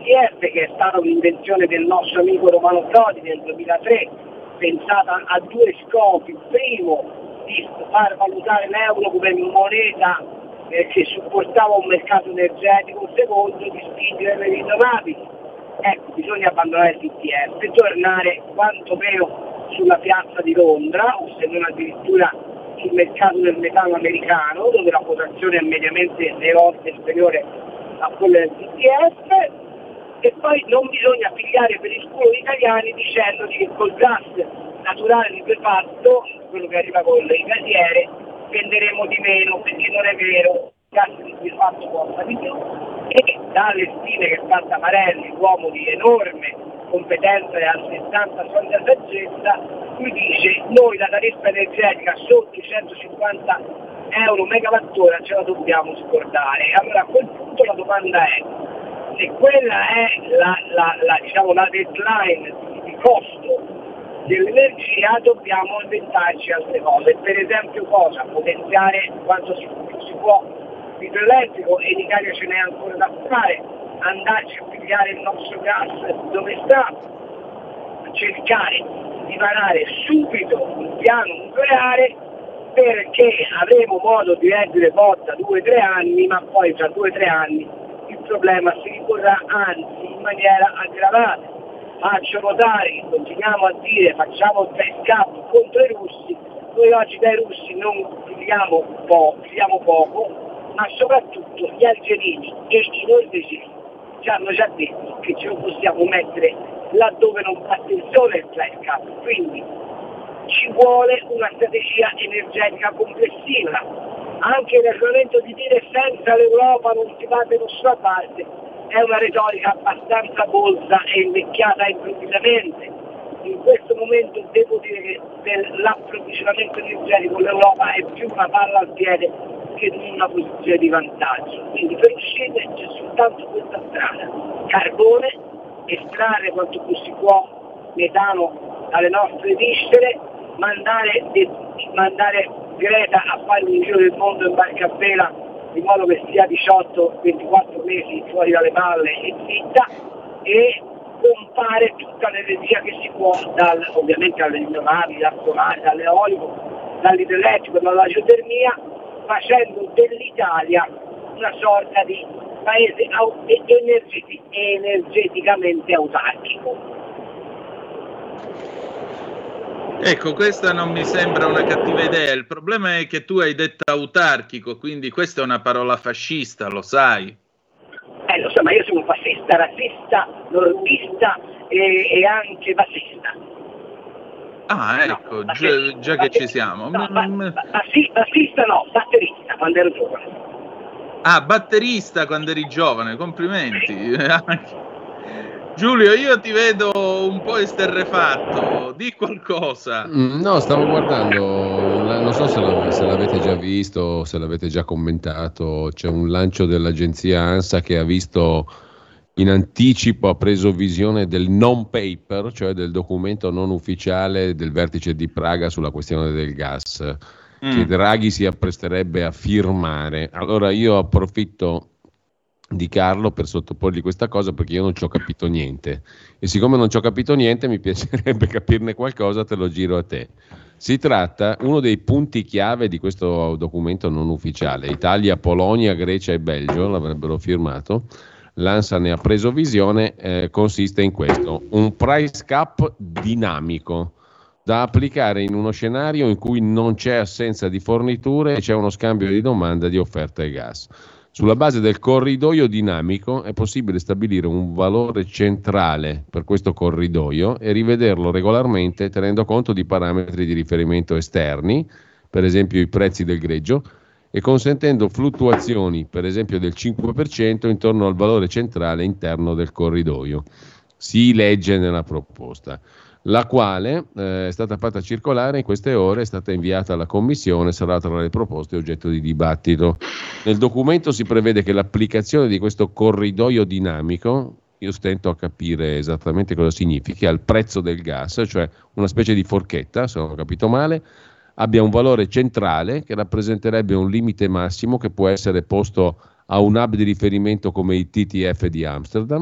T F, che è stata un'invenzione del nostro amico Romano Prodi nel duemilatré, pensata a due scopi: primo, di far valutare l'euro come moneta eh, che supportava un mercato energetico, secondo, di spingere le rinnovabili. Ecco, bisogna abbandonare il T F, tornare quantomeno sulla piazza di Londra, o se non addirittura sul mercato del metano americano, dove la quotazione è mediamente sei volte inferiore a quella del T T F, e poi non bisogna pigliare per il culo gli italiani dicendogli che col gas naturale liquefatto, quello che arriva con le gasiere, venderemo di meno, perché non è vero, il gas liquefatto costa di più, e dalle stime che fa Tamarelli, uomo di enorme competenza e altrettanta solida saggezza, lui dice: noi la tariffa energetica sotto i centocinquanta euro megawattora ce la dobbiamo scordare. Allora a quel punto la domanda è: se quella è la, la, la, diciamo, la deadline di costo dell'energia, dobbiamo inventarci altre cose. Per esempio cosa? Potenziare quanto si, si può l'idroelettrico, e in Italia ce n'è ancora da fare, andarci a pigliare il nostro gas dove sta, cercare di varare subito un piano nucleare, perché avremo modo di reggere botta due o tre anni, ma poi tra due o tre anni il problema si riporrà, anzi in maniera aggravata. Faccio notare che continuiamo a dire facciamo il backup contro i russi, noi oggi dai russi non fidiamo po- fidiamo poco, ma soprattutto gli algerini e i norvegesi ci hanno già detto che ce lo possiamo mettere laddove non batte il sole il backup, quindi ci vuole una strategia energetica complessiva. Anche il ragionamento di dire senza l'Europa non si va da nessuna parte è una retorica abbastanza bolsa e invecchiata improvvisamente. In questo momento devo dire che per l'approvvigionamento energetico l'Europa è più una palla al piede che in una posizione di vantaggio. Quindi per uscire c'è soltanto questa strada: carbone, estrarre quanto più si può metano dalle nostre viscere, mandare, de, mandare Greta a fare un giro del mondo in barca a vela, in modo che stia diciotto ventiquattro mesi fuori dalle palle e zitta, e pompare tutta l'energia che si può, dal, ovviamente dalle rinnovabili, dal solare, dall'eolico, dall'idroelettrico, dalla geotermia, facendo dell'Italia una sorta di paese au- energeti- energeticamente autarchico. Ecco, questa non mi sembra una cattiva idea. Il problema è che tu hai detto autarchico, quindi questa è una parola fascista, lo sai? Eh, lo so, ma io sono fascista, razzista, nordista e, e anche bassista. Ah, ecco, no, già, già che ci siamo. No, ba- ba- bassi- bassista no, batterista quando ero giovane. Ah, batterista quando eri giovane, complimenti. Giulio, io ti vedo un po' esterrefatto, di qualcosa. Mm, no, stavo guardando, non so se, la, se l'avete già visto, se l'avete già commentato, c'è un lancio dell'agenzia ANSA che ha visto in anticipo, ha preso visione del non-paper, cioè del documento non ufficiale del vertice di Praga sulla questione del gas, mm. che Draghi si appresterebbe a firmare. Allora io approfitto di Carlo per sottoporgli questa cosa, perché io non ci ho capito niente, e siccome non ci ho capito niente mi piacerebbe capirne qualcosa, te lo giro a te. Si tratta, uno dei punti chiave di questo documento non ufficiale: Italia, Polonia, Grecia e Belgio l'avrebbero firmato, l'ANSA ne ha preso visione, eh, consiste in questo: un price cap dinamico da applicare in uno scenario in cui non c'è assenza di forniture e c'è uno scambio di domanda di offerta e gas. Sulla base del corridoio dinamico è possibile stabilire un valore centrale per questo corridoio e rivederlo regolarmente tenendo conto di parametri di riferimento esterni, per esempio i prezzi del greggio, e consentendo fluttuazioni, per esempio del cinque per cento, intorno al valore centrale interno del corridoio. Si legge nella proposta, la quale eh, è stata fatta circolare in queste ore, è stata inviata alla Commissione, sarà tra le proposte oggetto di dibattito. Nel documento si prevede che l'applicazione di questo corridoio dinamico, io stento a capire esattamente cosa significhi, al prezzo del gas, cioè una specie di forchetta, se non ho capito male, abbia un valore centrale che rappresenterebbe un limite massimo che può essere posto a un hub di riferimento come il T T F di Amsterdam,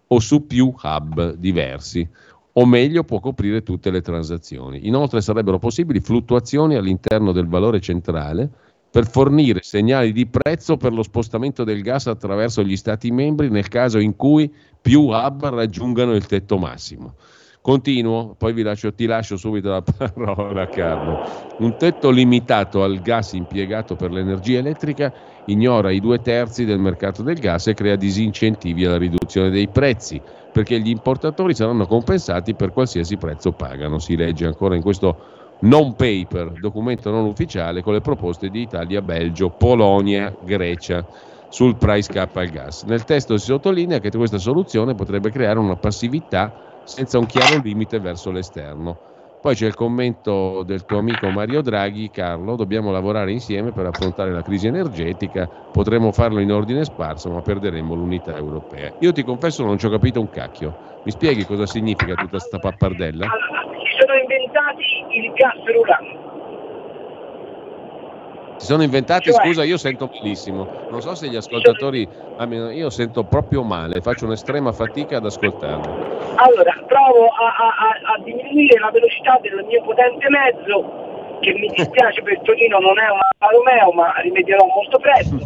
o su più hub diversi, o meglio può coprire tutte le transazioni. Inoltre sarebbero possibili fluttuazioni all'interno del valore centrale per fornire segnali di prezzo per lo spostamento del gas attraverso gli Stati membri nel caso in cui più hub raggiungano il tetto massimo. Continuo, poi vi lascio, ti lascio subito la parola, Carlo. Un tetto limitato al gas impiegato per l'energia elettrica ignora i due terzi del mercato del gas e crea disincentivi alla riduzione dei prezzi, perché gli importatori saranno compensati per qualsiasi prezzo pagano. Si legge ancora in questo non paper, documento non ufficiale, con le proposte di Italia, Belgio, Polonia, Grecia sul price cap al gas. Nel testo si sottolinea che questa soluzione potrebbe creare una passività senza un chiaro limite verso l'esterno. Poi c'è il commento del tuo amico Mario Draghi: Carlo, dobbiamo lavorare insieme per affrontare la crisi energetica, potremmo farlo in ordine sparso, ma perderemo l'unità europea. Io ti confesso non ci ho capito un cacchio. Mi spieghi cosa significa tutta sta pappardella? Allora, si sono inventati il gas rulante. Si sono inventati, Cioè, scusa, io sento malissimo. Non so se gli ascoltatori, io sento proprio male, faccio un'estrema fatica ad ascoltarli. Allora, provo a, a, a diminuire la velocità del mio potente mezzo, che mi dispiace per Torino non è un Alfa Romeo, ma rimedierò molto presto.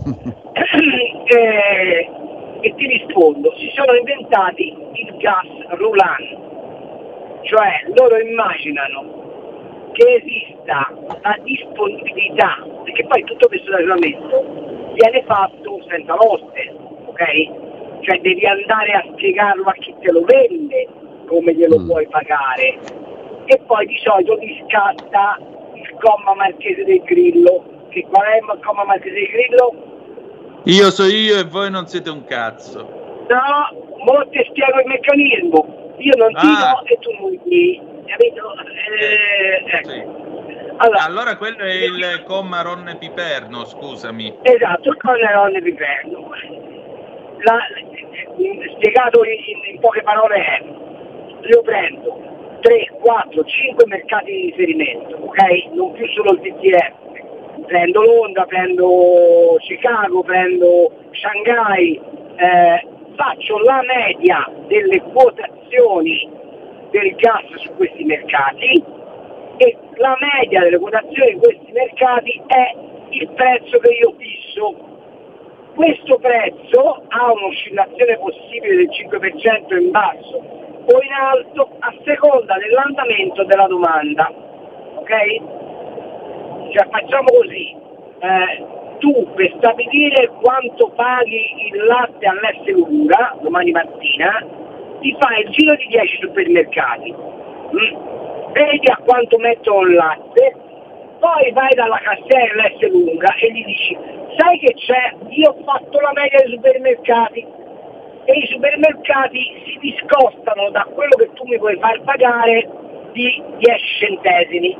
e, e ti rispondo, si sono inventati il gas roulant, cioè loro immaginano che esista la disponibilità, perché poi tutto questo ragionamento viene fatto senza l'oste, ok? Cioè devi andare a spiegarlo a chi te lo vende come glielo mm. puoi pagare, e poi di solito gli scatta il comma Marchese del Grillo. Che qual è il comma Marchese del Grillo? Io so io e voi non siete un cazzo. No, mo ti spiego il meccanismo. Io non ti Ah. do e tu non ti, capito? Eh, ecco. Sì. Allora, Allora quello è il comma Ronne Piperno, scusami. esatto, il colonnello Piperno. La, spiegato in, in poche parole è: io prendo tre, quattro, cinque mercati di riferimento, ok? Non più solo il T T F. Prendo Londra, prendo Chicago, prendo Shanghai, eh, faccio la media delle quotazioni del gas su questi mercati, e la media delle quotazioni di questi mercati è il prezzo che io fisso. Questo prezzo ha un'oscillazione possibile del cinque per cento in basso o in alto a seconda dell'andamento della domanda, ok? Cioè facciamo così, eh, tu per stabilire quanto paghi il latte all'S Lura domani mattina ti fai il giro di dieci supermercati, mm? vedi a quanto mettono il latte, poi vai dalla cassiera dell'S Lunga e gli dici: sai che c'è? Io ho fatto la media dei supermercati, e i supermercati si discostano da quello che tu mi puoi far pagare di dieci centesimi.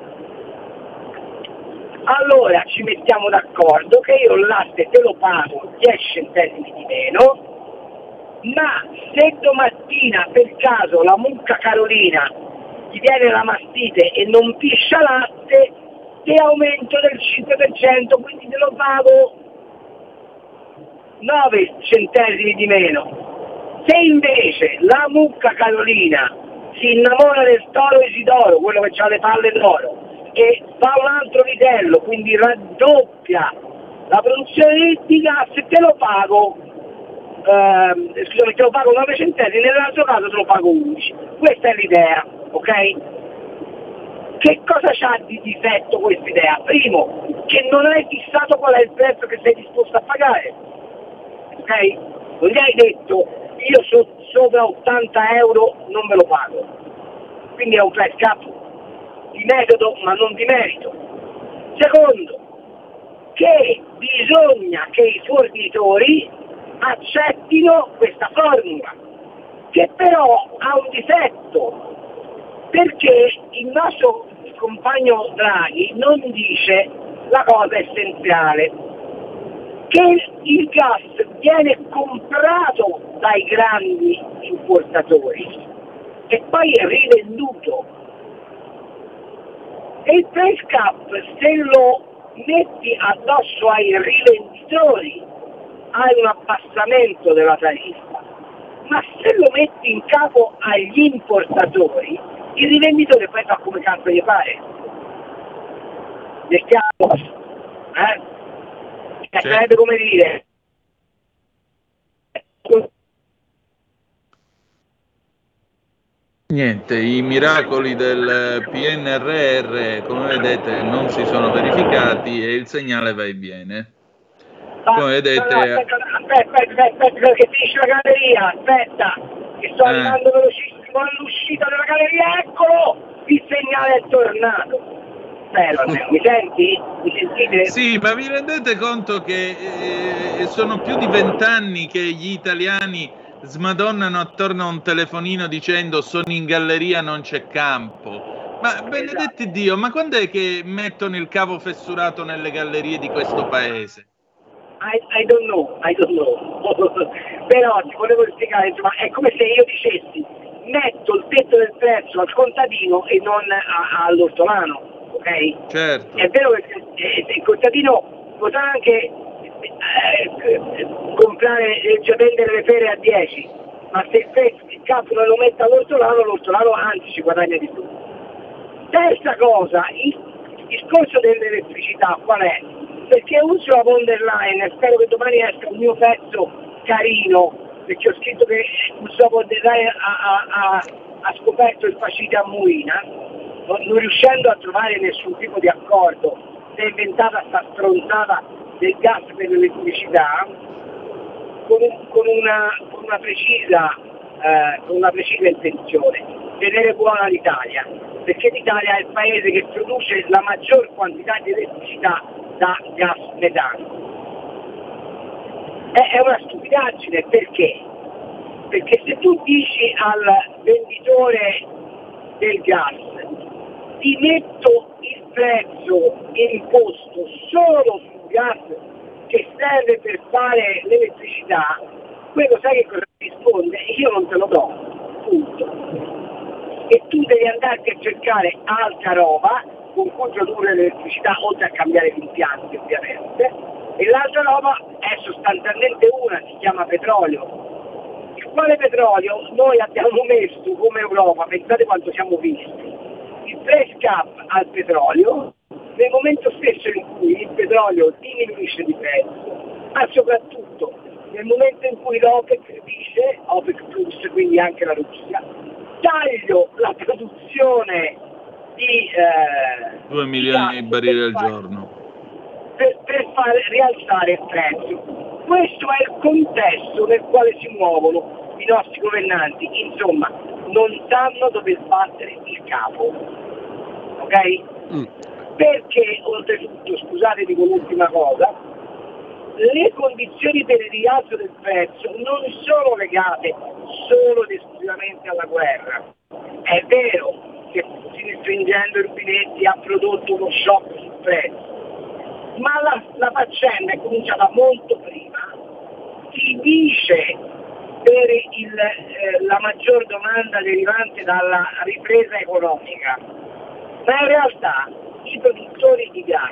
Allora ci mettiamo d'accordo che io il latte te lo pago dieci centesimi di meno, ma se domattina per caso la mucca Carolina ti viene la mastite e non piscia latte, te aumento del cinque per cento, quindi te lo pago nove centesimi di meno. Se invece la mucca Carolina si innamora del toro Isidoro, quello che ha le palle d'oro, e fa un altro vitello, quindi raddoppia la produzione di gas, te lo pago ehm, scusami, te lo pago nove centesimi, nell'altro caso te lo pago undici. Questa è l'idea, ok? Che cosa c'ha di difetto questa idea? Primo, che non hai fissato qual è il prezzo che sei disposto a pagare, ok? Non gli hai detto: io so, sopra ottanta euro non me lo pago, quindi è un price cap di metodo ma non di merito. Secondo, che bisogna che i fornitori accettino questa formula, che però ha un difetto, perché il nostro compagno Draghi non dice la cosa essenziale, che il gas viene comprato dai grandi importatori e poi è rivenduto. E il price cap, se lo metti addosso ai rivenditori, hai un abbassamento della tariffa. ma se lo metti in capo agli importatori, il rivenditore poi fa come cazzo gli pare. Nel caso, eh? Cioè, sarebbe come dire... Niente, i miracoli del P N R R, come vedete, non si sono verificati e il segnale va e viene. Come vedete... No, no, aspetta, aspetta, aspetta, aspetta, che finisce la galleria, aspetta, che sto Eh. arrivando velocissimo all'uscita della galleria, eccolo! Il segnale è tornato. Spero, mi senti? Mi sentite? Sì, ma vi rendete conto che eh, sono più di vent'anni che gli italiani smadonnano attorno a un telefonino dicendo sono in galleria, non c'è campo. Ma benedetti Dio, ma quando è che mettono il cavo fessurato nelle gallerie di questo paese? I, I don't know, I don't know. Però ti volevo spiegare, insomma, è come se io dicessi metto il tetto del prezzo al contadino e non a, all'ortolano. Ok? Certo. È vero che eh, il contadino potrà anche eh, comprare, cioè vendere le pere a dieci, ma se il, il capo non lo mette all'ortolano, l'ortolano anzi ci guadagna di più. Terza cosa, il discorso dell'elettricità qual è? Perché Ursula von der Leyen, e spero che domani esca un mio pezzo carino, perché ho scritto che Ursula von der Leyen ha, ha, ha, ha scoperto il facite a Muina, non riuscendo a trovare nessun tipo di accordo, si è inventata sta stronzata del gas per l'elettricità con, un, con, una, con, una precisa, eh, con una precisa intenzione, tenere buona l'Italia, perché l'Italia è il paese che produce la maggior quantità di elettricità da gas metano. È, è una stupidaggine, perché? Perché se tu dici al venditore del gas ti metto il prezzo imposto solo sul gas che serve per fare l'elettricità, quello sai che cosa risponde? Io non te lo do, punto. E tu devi andarti a cercare altra roba con cui produrre l'elettricità, oltre a cambiare gli impianti ovviamente, e l'altra roba è sostanzialmente una, si chiama petrolio. Il quale petrolio noi abbiamo messo come Europa, pensate quanto siamo visti, il price cap al petrolio nel momento stesso in cui il petrolio diminuisce di prezzo, ma soprattutto nel momento in cui l'OPEC dice, OPEC Plus, quindi anche la Russia, taglio la produzione di eh, due milioni di barili al giorno per, per far rialzare il prezzo. Questo è il contesto nel quale si muovono i nostri governanti, insomma non sanno dove sbattere il capo, ok? Mm. Perché oltretutto, scusatemi con l'ultima cosa, le condizioni per il rialzo del prezzo non sono legate solo ed esclusivamente alla guerra. È vero che Putin, stringendo i rubinetti, ha prodotto uno shock sul prezzo, ma la, la faccenda è cominciata molto prima. Si dice per il, eh, la maggior domanda derivante dalla ripresa economica, ma in realtà i produttori di gas,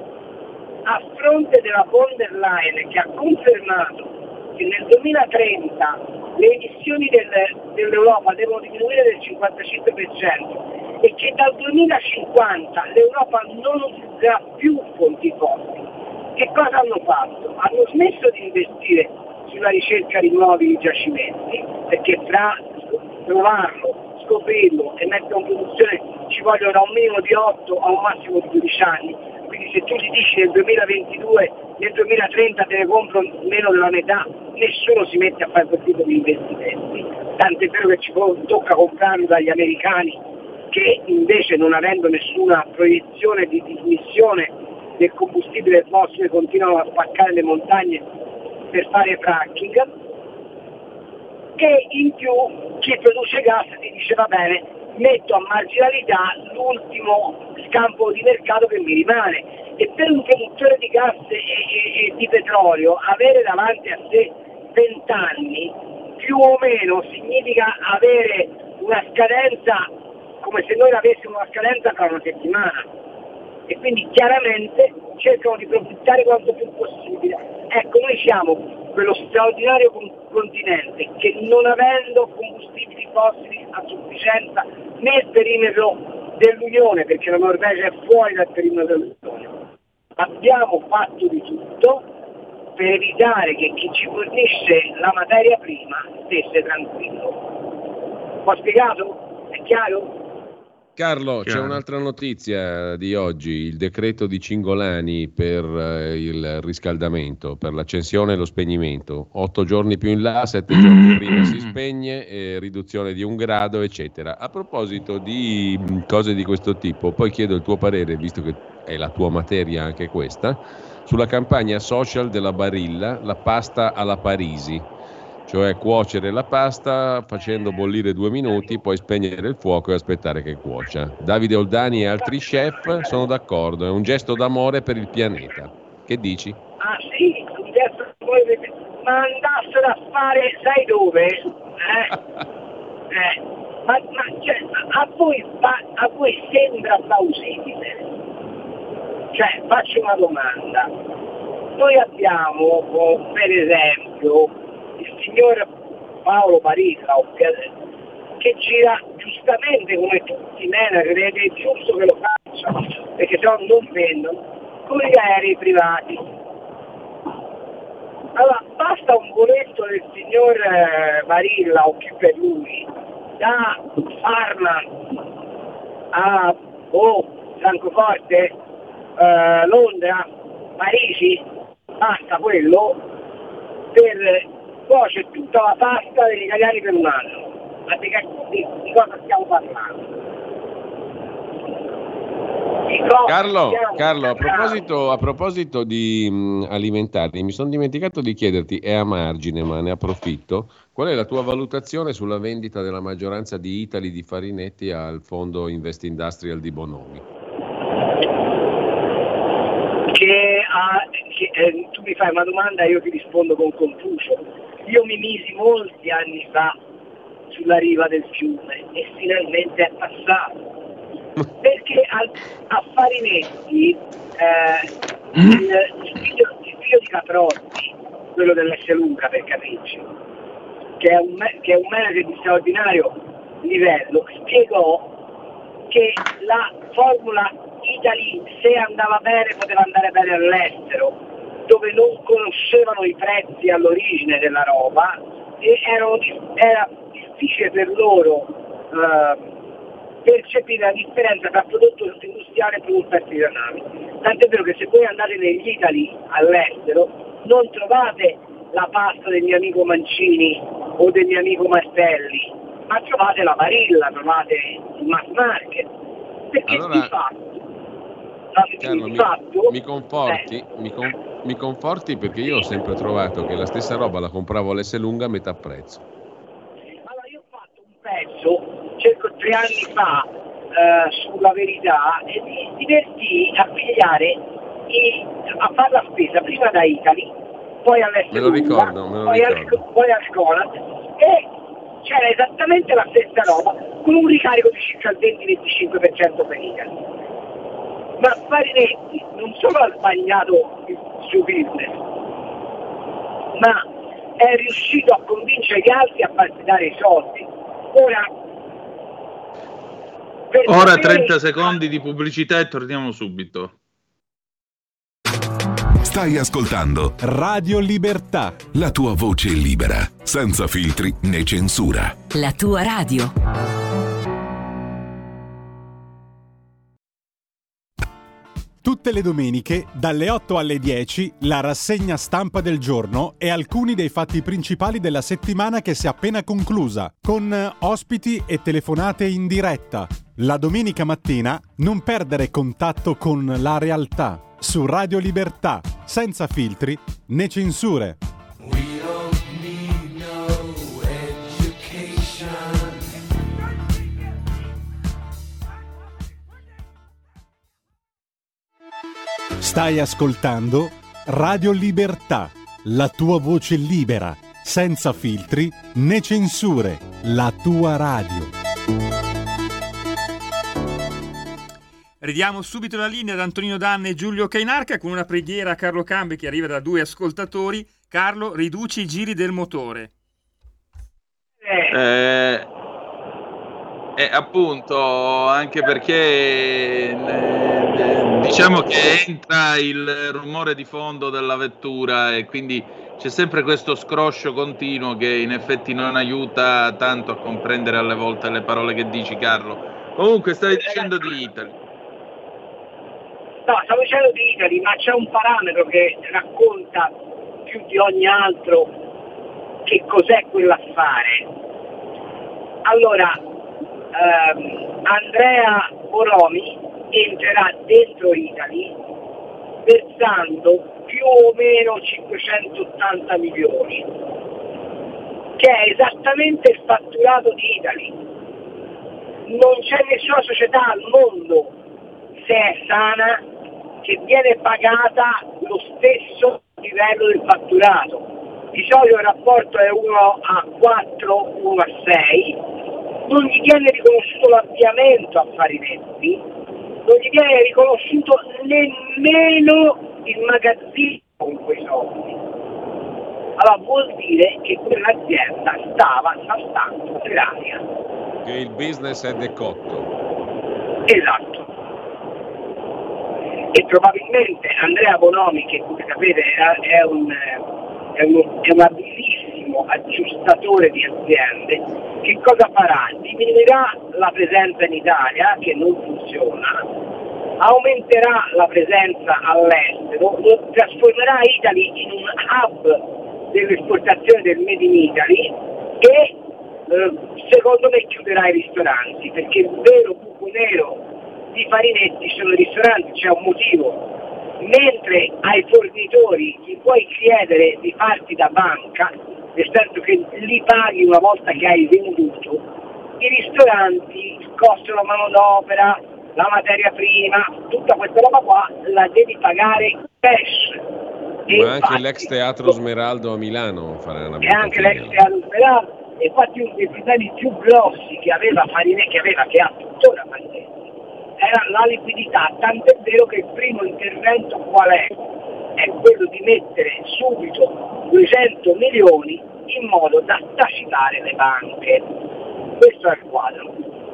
a fronte della von der Leyen che ha confermato che nel duemilatrenta le emissioni del, dell'Europa devono diminuire del cinquantacinque per cento e che dal duemilacinquanta l'Europa non utilizzerà più fonti fossili, che cosa hanno fatto? Hanno smesso di investire sulla ricerca di nuovi giacimenti, perché tra trovarlo, scoprirlo e metterlo in produzione ci vogliono da un minimo di otto a un massimo di dodici anni. Quindi se tu ti dici nel duemilaventidue, nel duemilatrenta te ne compro meno della metà, nessuno si mette a fare quel tipo di investimenti. Tant'è vero che ci tocca comprarlo dagli americani, che invece, non avendo nessuna proiezione di dismissione del combustibile fossile, continuano a spaccare le montagne per fare fracking. E in più chi produce gas ti dice va bene, metto a marginalità l'ultimo scampo di mercato che mi rimane, e per un produttore di gas e, e, e di petrolio avere davanti a sé vent'anni più o meno significa avere una scadenza come se noi avessimo una scadenza tra una settimana, e quindi chiaramente cercano di profittare quanto più possibile. Ecco, noi siamo quello straordinario continente che, non avendo combustibili fossili a sufficienza nel perimetro dell'Unione, perché la Norvegia è fuori dal perimetro dell'Unione, abbiamo fatto di tutto per evitare che chi ci fornisce la materia prima stesse tranquillo. Ho spiegato? È chiaro? Carlo, c'è un'altra notizia di oggi, il decreto di Cingolani per eh, il riscaldamento, per l'accensione e lo spegnimento. Otto giorni più in là, sette giorni prima si spegne, eh, riduzione di un grado, eccetera. A proposito di mh, cose di questo tipo, poi chiedo il tuo parere, visto che è la tua materia anche questa, sulla campagna social della Barilla, la pasta alla Parisi. Cioè cuocere la pasta facendo bollire due minuti, poi spegnere il fuoco e aspettare che cuocia. Davide Oldani e altri chef sono d'accordo, è un gesto d'amore per il pianeta. Che dici? Ah sì, un gesto d'amore per il pianeta. Ma andassero a fare, sai dove? Eh? eh. Ma, ma cioè, a, voi, a voi sembra plausibile? Cioè, faccio una domanda. Noi abbiamo, per esempio, il signor Paolo Barilla, che gira giustamente come tutti i manager, ed è giusto che lo faccia, perché se no non vendono, con gli aerei privati. Allora, basta un voletto del signor Barilla o chi per lui, da Parma a oh, Francoforte, eh, Londra, Parigi, basta quello per cuoce tutta la pasta degli italiani per un anno. Ma di, di, di cosa stiamo parlando? Di cosa Carlo, stiamo Carlo a, parlando? proposito, a proposito di mh, alimentari, mi sono dimenticato di chiederti, è a margine ma ne approfitto, qual è la tua valutazione sulla vendita della maggioranza di Italy di Farinetti al fondo Invest Industrial di Bonomi? Che, ha, che eh, tu mi fai una domanda e io ti rispondo con Confucio. Io mi misi molti anni fa sulla riva del fiume e finalmente è passato. Perché al, a Farinetti eh, il, il, figlio, il figlio di Caprotti, quello dell'S Luca per capirci, che è, un, che è un manager di straordinario livello, spiegò che la formula Italy, se andava bene, poteva andare bene all'estero, dove non conoscevano i prezzi all'origine della roba e erano, era difficile per loro eh, percepire la differenza tra prodotto industriale e prodotto artigianale. Tant'è vero che se voi andate negli Italy all'estero non trovate la pasta del mio amico Mancini o del mio amico Martelli, ma trovate la Barilla, trovate il mass market, perché allora, di fatto Carlo, di mi, fatto mi conforti, eh. mi, con, mi conforti perché io ho sempre trovato che la stessa roba la compravo all'Esselunga a metà prezzo. Allora io ho fatto un pezzo circa tre anni fa eh, sulla Verità e mi divertì a pigliare e a fare la spesa prima da Italy, poi all'Esselunga, Me lo ricordo, me lo poi, ricordo. Al, poi al Conad, e c'era esattamente la stessa roba con un ricarico di circa il venti venticinque per cento per Italy. Ma Farinetti non solo ha sbagliato il suo business, ma è riuscito a convincere gli altri a farsi dare i soldi. Ora, Ora trenta secondi di pubblicità e torniamo subito. Stai ascoltando Radio Libertà, la tua voce libera, senza filtri né censura. La tua radio. Tutte le domeniche, dalle otto alle dieci, la rassegna stampa del giorno e alcuni dei fatti principali della settimana che si è appena conclusa, con ospiti e telefonate in diretta. La domenica mattina non perdere contatto con la realtà, su Radio Libertà, senza filtri né censure. Stai ascoltando Radio Libertà, la tua voce libera, senza filtri né censure, la tua radio. Ridiamo subito la linea ad Antonino Danna e Giulio Cainarca con una preghiera a Carlo Cambi che arriva da due ascoltatori. Carlo, riduci i giri del motore. Eh, eh, appunto, anche perché eh, eh, diciamo che entra il rumore di fondo della vettura e quindi c'è sempre questo scroscio continuo che in effetti non aiuta tanto a comprendere alle volte le parole che dici, Carlo. Comunque stavi dicendo di Italy. No, stavo dicendo di Italy, ma c'è un parametro che racconta più di ogni altro che cos'è quell'affare. Allora, ehm, Andrea Bonomi entrerà dentro Italy versando più o meno cinquecentottanta milioni, che è esattamente il fatturato di Italy. Non c'è nessuna società al mondo, se è sana, che viene pagata lo stesso livello del fatturato. Di solito il rapporto è uno a quattro, uno a sei, non gli viene riconosciuto l'avviamento a Farinetti, non gli viene riconosciuto nemmeno il magazzino con quei soldi. Allora vuol dire che quell'azienda stava saltando per aria. Che il business è decotto. Esatto. E probabilmente Andrea Bonomi, che come sapete è un, è un, è un abilissimo aggiustatore di aziende, che cosa farà? Diminuirà la presenza in Italia, che non funziona, aumenterà la presenza all'estero, trasformerà Italy in un hub dell'esportazione del Made in Italy e eh, secondo me chiuderà i ristoranti, perché il vero buco nero di Farinetti sono i ristoranti, c'è un motivo. Mentre ai fornitori gli puoi chiedere di farti da banca, nel senso che li paghi una volta che hai venduto, i ristoranti costano manodopera, la materia prima, tutta questa roba qua la devi pagare cash. E Ma infatti, anche l'ex Teatro Smeraldo a Milano farà una e anche l'ex fine. Teatro Smeraldo, e infatti uno dei problemi più grossi che aveva Farinetti, che aveva, che ha tuttora Farinetti, era la liquidità, tant'è vero che il primo intervento qual è? È quello di mettere subito duecento milioni in modo da tacitare le banche. Questo è il quadro.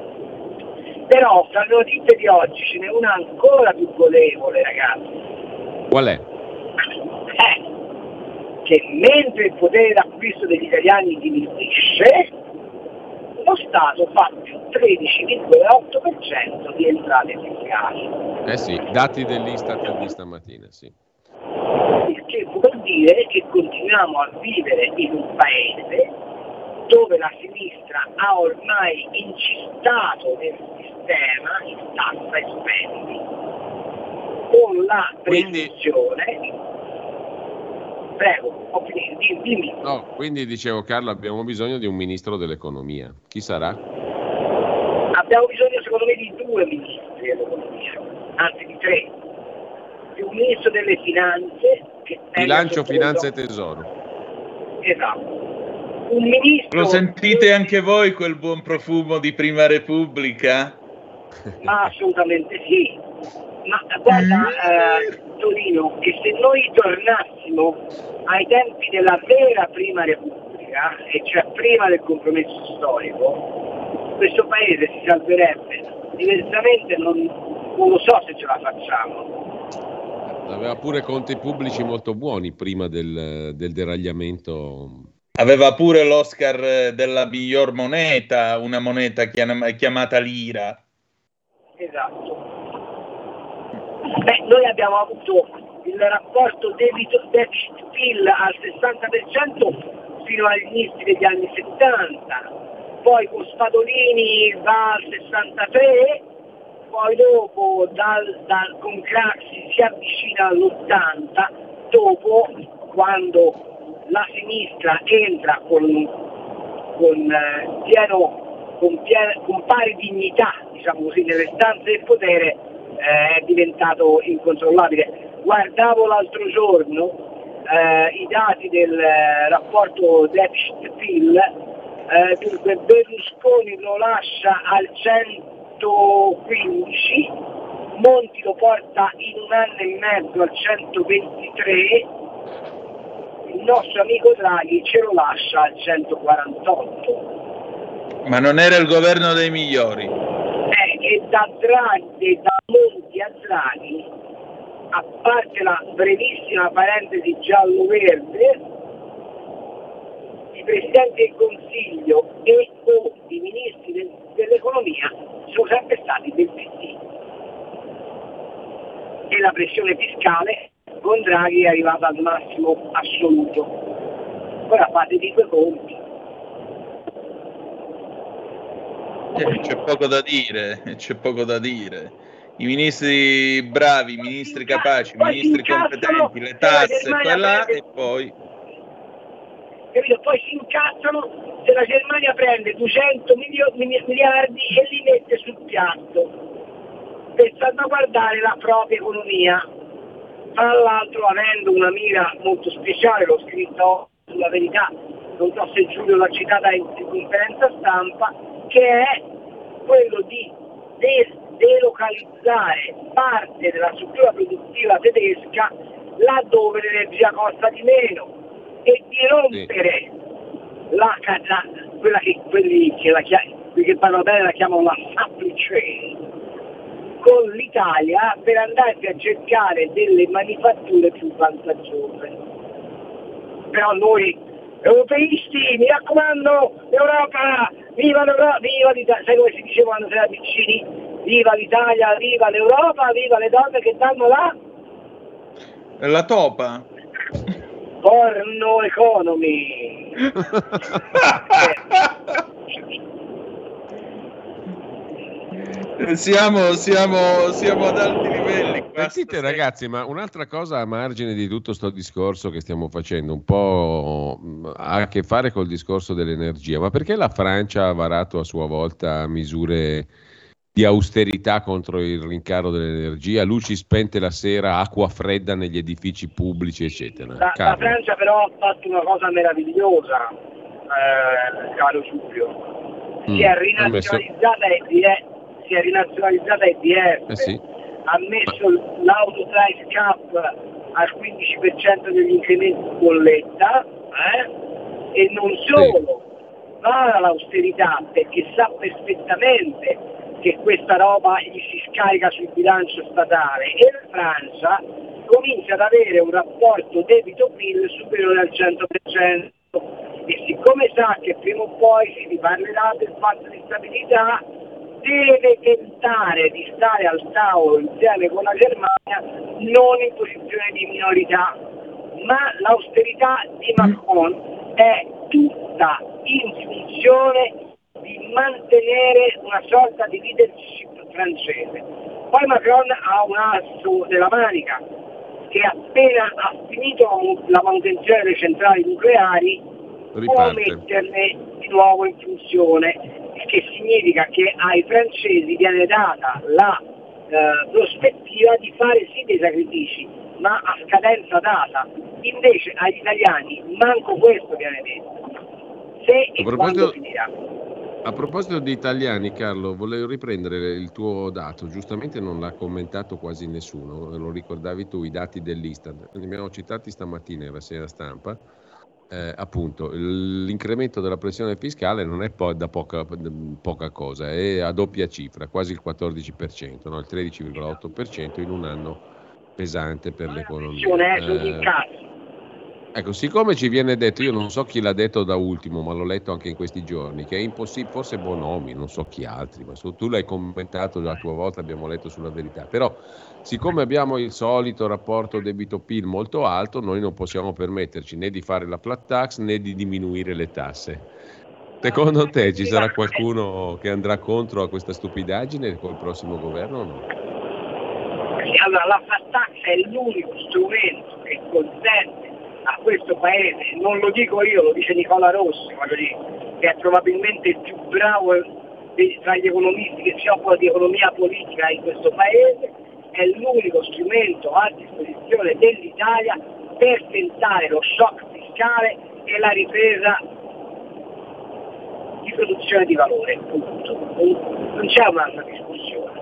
Però fra le notizie di oggi ce n'è una ancora più godevole, ragazzi. Qual è? Eh, che mentre il potere d'acquisto degli italiani diminuisce, lo Stato fa più tredici virgola otto per cento di entrate fiscali. Eh sì, dati dell'Istat di stamattina, sì. Il che vuol dire che continuiamo a vivere in un paese dove la sinistra ha ormai incistato nel sistema il tassa e spendi, con la presunzione. Prego, ho finito, dimmi. No, quindi dicevo, Carlo, abbiamo bisogno di un ministro dell'economia. Chi sarà? Abbiamo bisogno secondo me di due ministri dell'economia, anzi di tre. Di un ministro delle finanze che bilancio, finanza e tesoro. Esatto. Un ministro. Lo sentite anche voi quel buon profumo di Prima Repubblica? Ma assolutamente sì. Ma guarda, eh, Torino, che se noi tornassimo ai tempi della vera Prima Repubblica, e cioè prima del compromesso storico, questo paese si salverebbe. Diversamente non, non lo so se ce la facciamo. Aveva pure conti pubblici molto buoni prima del, del deragliamento. Aveva pure l'Oscar della miglior moneta, una moneta chiamata lira. Esatto. Beh, noi abbiamo avuto il rapporto debito-deficit-P I L al sessanta per cento fino agli inizi degli anni settanta, poi con Spadolini va al sessantatré, poi dopo dal, dal, con Craxi si avvicina all'ottanta, dopo quando la sinistra entra con, con, eh, pieno, con, pieno, con pari dignità, diciamo così, nelle stanze del potere, eh, è diventato incontrollabile. Guardavo l'altro giorno eh, i dati del eh, rapporto deficit-P I L, eh, dunque Berlusconi lo lascia al centoquindici, Monti lo porta in un anno e mezzo al centoventitré, il nostro amico Draghi ce lo lascia al centoquarantotto. Ma non era il governo dei migliori. Eh, e da Draghi, da Monti a Draghi, a parte la brevissima parentesi giallo-verde, i presidenti del Consiglio e o i ministri del, dell'economia sono sempre stati del P D. E la pressione fiscale con Draghi è arrivata al massimo assoluto. Ora fate di due conti. Eh, c'è poco da dire, c'è poco da dire. I ministri bravi, i ministri capaci, i ministri competenti, le tasse, qua là, e poi... Capito? Poi si incazzano se la Germania prende duecento milio- miliardi e li mette sul piatto per salvaguardare la propria economia. Tra l'altro avendo una mira molto speciale, l'ho scritto sulla Verità, non so se Giulio l'ha citata in conferenza stampa, che è quello di de- delocalizzare parte della struttura produttiva tedesca laddove l'energia costa di meno e di rompere sì. la, la, quella che quelli che, la, quelli che parlano bene la chiamano la supply chain con l'Italia per andarsi a cercare delle manifatture più vantaggiose. Però noi europeisti, mi raccomando, Europa, viva l'Europa, viva l'Italia, sai come si diceva quando si era piccini? Viva l'Italia, viva l'Europa, viva le donne che danno la... La topa? Porno economy. Siamo, siamo, siamo ad alti livelli. Sentite ragazzi, ma un'altra cosa a margine di tutto sto discorso che stiamo facendo, un po' ha a che fare col discorso dell'energia, ma perché la Francia ha varato a sua volta misure di austerità contro il rincaro dell'energia, luci spente la sera, acqua fredda negli edifici pubblici, eccetera? La, la Francia però ha fatto una cosa meravigliosa, eh, caro Giulio, si mm, è rinazionalizzata E D F, si è rinazionalizzata E D F, eh sì. ha messo l'auto price cap al quindici per cento degli incrementi di bolletta, eh? E non solo, sì. va all'austerità perché sa perfettamente che questa roba gli si scarica sul bilancio statale e la Francia comincia ad avere un rapporto debito-P I L superiore al cento per cento e siccome sa che prima o poi si riparlerà del patto di stabilità deve tentare di stare al tavolo insieme con la Germania non in posizione di minorità, ma l'austerità di Macron è tutta in funzione di mantenere una sorta di leadership francese. Poi Macron ha un asso della manica che appena ha finito la manutenzione delle centrali nucleari può metterne di nuovo in funzione, il che significa che ai francesi viene data la eh, prospettiva di fare sì dei sacrifici, ma a scadenza data. Invece agli italiani manco questo viene detto. Se e quando finirà. A proposito di italiani, Carlo, volevo riprendere il tuo dato, giustamente non l'ha commentato quasi nessuno, lo ricordavi tu, i dati dell'Istat, li abbiamo citati stamattina in rassegna stampa, eh, appunto l'incremento della pressione fiscale non è poi da poca, poca cosa, è a doppia cifra, quasi il quattordici per cento, no? Il tredici virgola otto per cento in un anno pesante per l'economia. Eh, Ecco, siccome ci viene detto, io non so chi l'ha detto da ultimo, ma l'ho letto anche in questi giorni, che è impossibile, forse Bonomi, non so chi altri, ma tu l'hai commentato la tua volta, abbiamo letto sulla Verità, però siccome abbiamo il solito rapporto debito-P I L molto alto, noi non possiamo permetterci né di fare la flat tax né di diminuire le tasse. Secondo te ci sarà qualcuno che andrà contro a questa stupidaggine col prossimo governo o no? Allora, la flat tax è l'unico strumento che consente a questo paese, non lo dico io, lo dice Nicola Rossi, voglio dire, che è probabilmente il più bravo tra gli economisti che si occupano di economia politica in questo paese, è l'unico strumento a disposizione dell'Italia per tentare lo shock fiscale e la ripresa di produzione di valore. Non c'è un'altra discussione.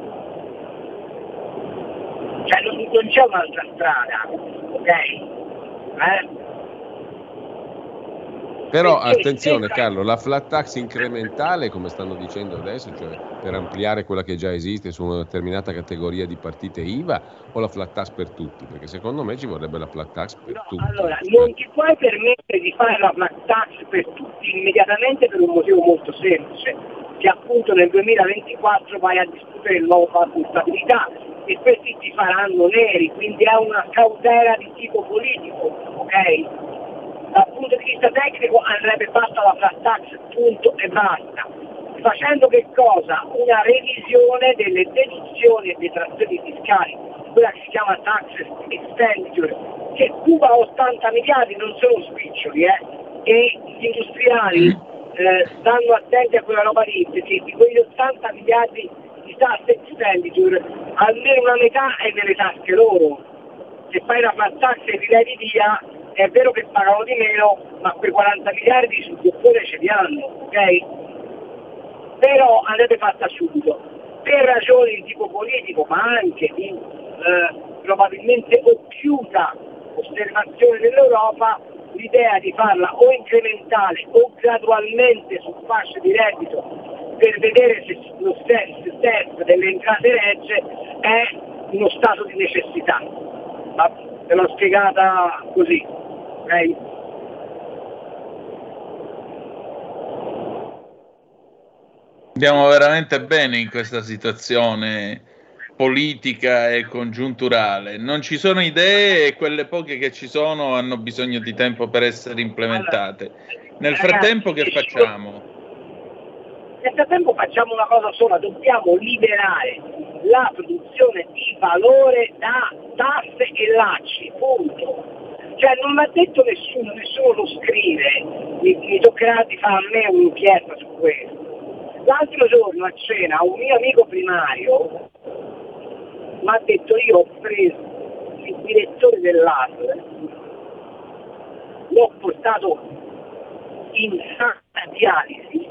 Cioè non, non c'è un'altra strada, ok? Eh? Però perché attenzione senza- Carlo, la flat tax incrementale, come stanno dicendo adesso, cioè per ampliare quella che già esiste su una determinata categoria di partite I V A, o la flat tax per tutti? Perché secondo me ci vorrebbe la flat tax per No, tutti. allora, non ti puoi permettere di fare la flat tax per tutti immediatamente per un motivo molto semplice, che appunto nel duemilaventiquattro vai a discutere il nuovo patto di stabilità e questi ti faranno neri, quindi è una cautela di tipo politico, ok? Dal punto di vista tecnico andrebbe fatta la flat tax, punto e basta. Facendo che cosa? Una revisione delle deduzioni e detrazioni fiscali, quella che si chiama tax expenditure, che cuba ottanta miliardi, non sono spiccioli, eh? E gli industriali eh, stanno attenti a quella roba lì, perché di quegli ottanta miliardi di tax expenditure, almeno una metà è nelle tasche loro. Se fai la flat tax e rilevi via, è vero che pagano di meno, ma quei quaranta miliardi sul boccone ce li hanno, ok? Però andrebbe fatta subito, per ragioni di tipo politico, ma anche di eh, probabilmente occhiuta osservazione dell'Europa, l'idea di farla o incrementale o gradualmente su fasce di reddito per vedere se lo stesso test delle entrate regge è uno stato di necessità. Ma te l'ho spiegata così, ok? Andiamo veramente bene in questa situazione politica e congiunturale. Non ci sono idee e quelle poche che ci sono hanno bisogno di tempo per essere implementate. Nel frattempo che facciamo? Nel frattempo facciamo una cosa sola, dobbiamo liberare la produzione di valore da tasse e lacci, punto. Cioè non l'ha detto nessuno, nessuno lo scrive, mi, mi toccherà di fare a me un'inchiesta su questo. L'altro giorno a cena un mio amico primario mi ha detto: io ho preso il direttore dell'A S L, l'ho portato in sana dialisi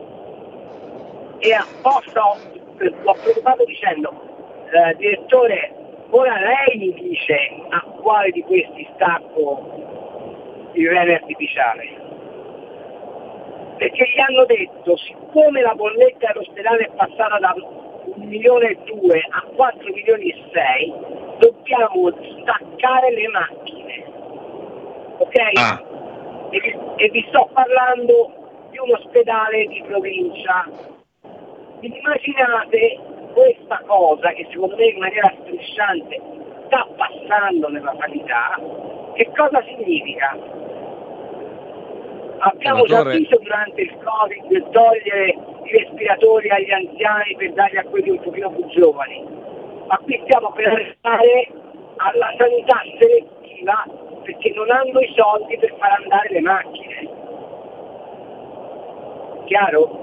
e apposta ho, l'ho preoccupato dicendo: eh, direttore, ora lei mi dice a quale di questi stacco il rene artificiale. Perché gli hanno detto, siccome la bolletta dell'ospedale è passata da un milione e due a quattro milioni e sei, dobbiamo staccare le macchine. Ok? Ah. E, vi, e vi sto parlando di un ospedale di provincia. Immaginate questa cosa che secondo me in maniera strisciante sta passando nella sanità, che cosa significa? Abbiamo già Senatore. visto durante il Covid di togliere i respiratori agli anziani per darli a quelli un pochino più giovani, ma qui stiamo per arrivare alla sanità selettiva perché non hanno i soldi per far andare le macchine. Chiaro?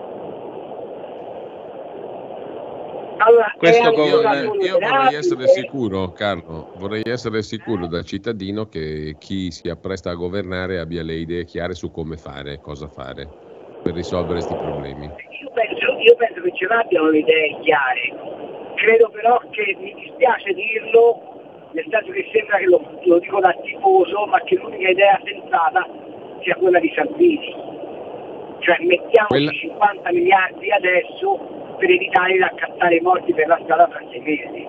Allora, Questo è io, ancora io vorrei essere tollerabile. sicuro, Carlo, vorrei essere sicuro da cittadino che chi si appresta a governare abbia le idee chiare su come fare, cosa fare per risolvere questi problemi. Io penso, io penso che ce l'abbiano le idee chiare, credo però che mi dispiace dirlo, nel senso che sembra che lo, lo dico da tifoso, ma che l'unica idea sensata sia quella di Salvini. Cioè mettiamoci Quella- cinquanta miliardi adesso per evitare di accattare i morti per la strada fra sei mesi.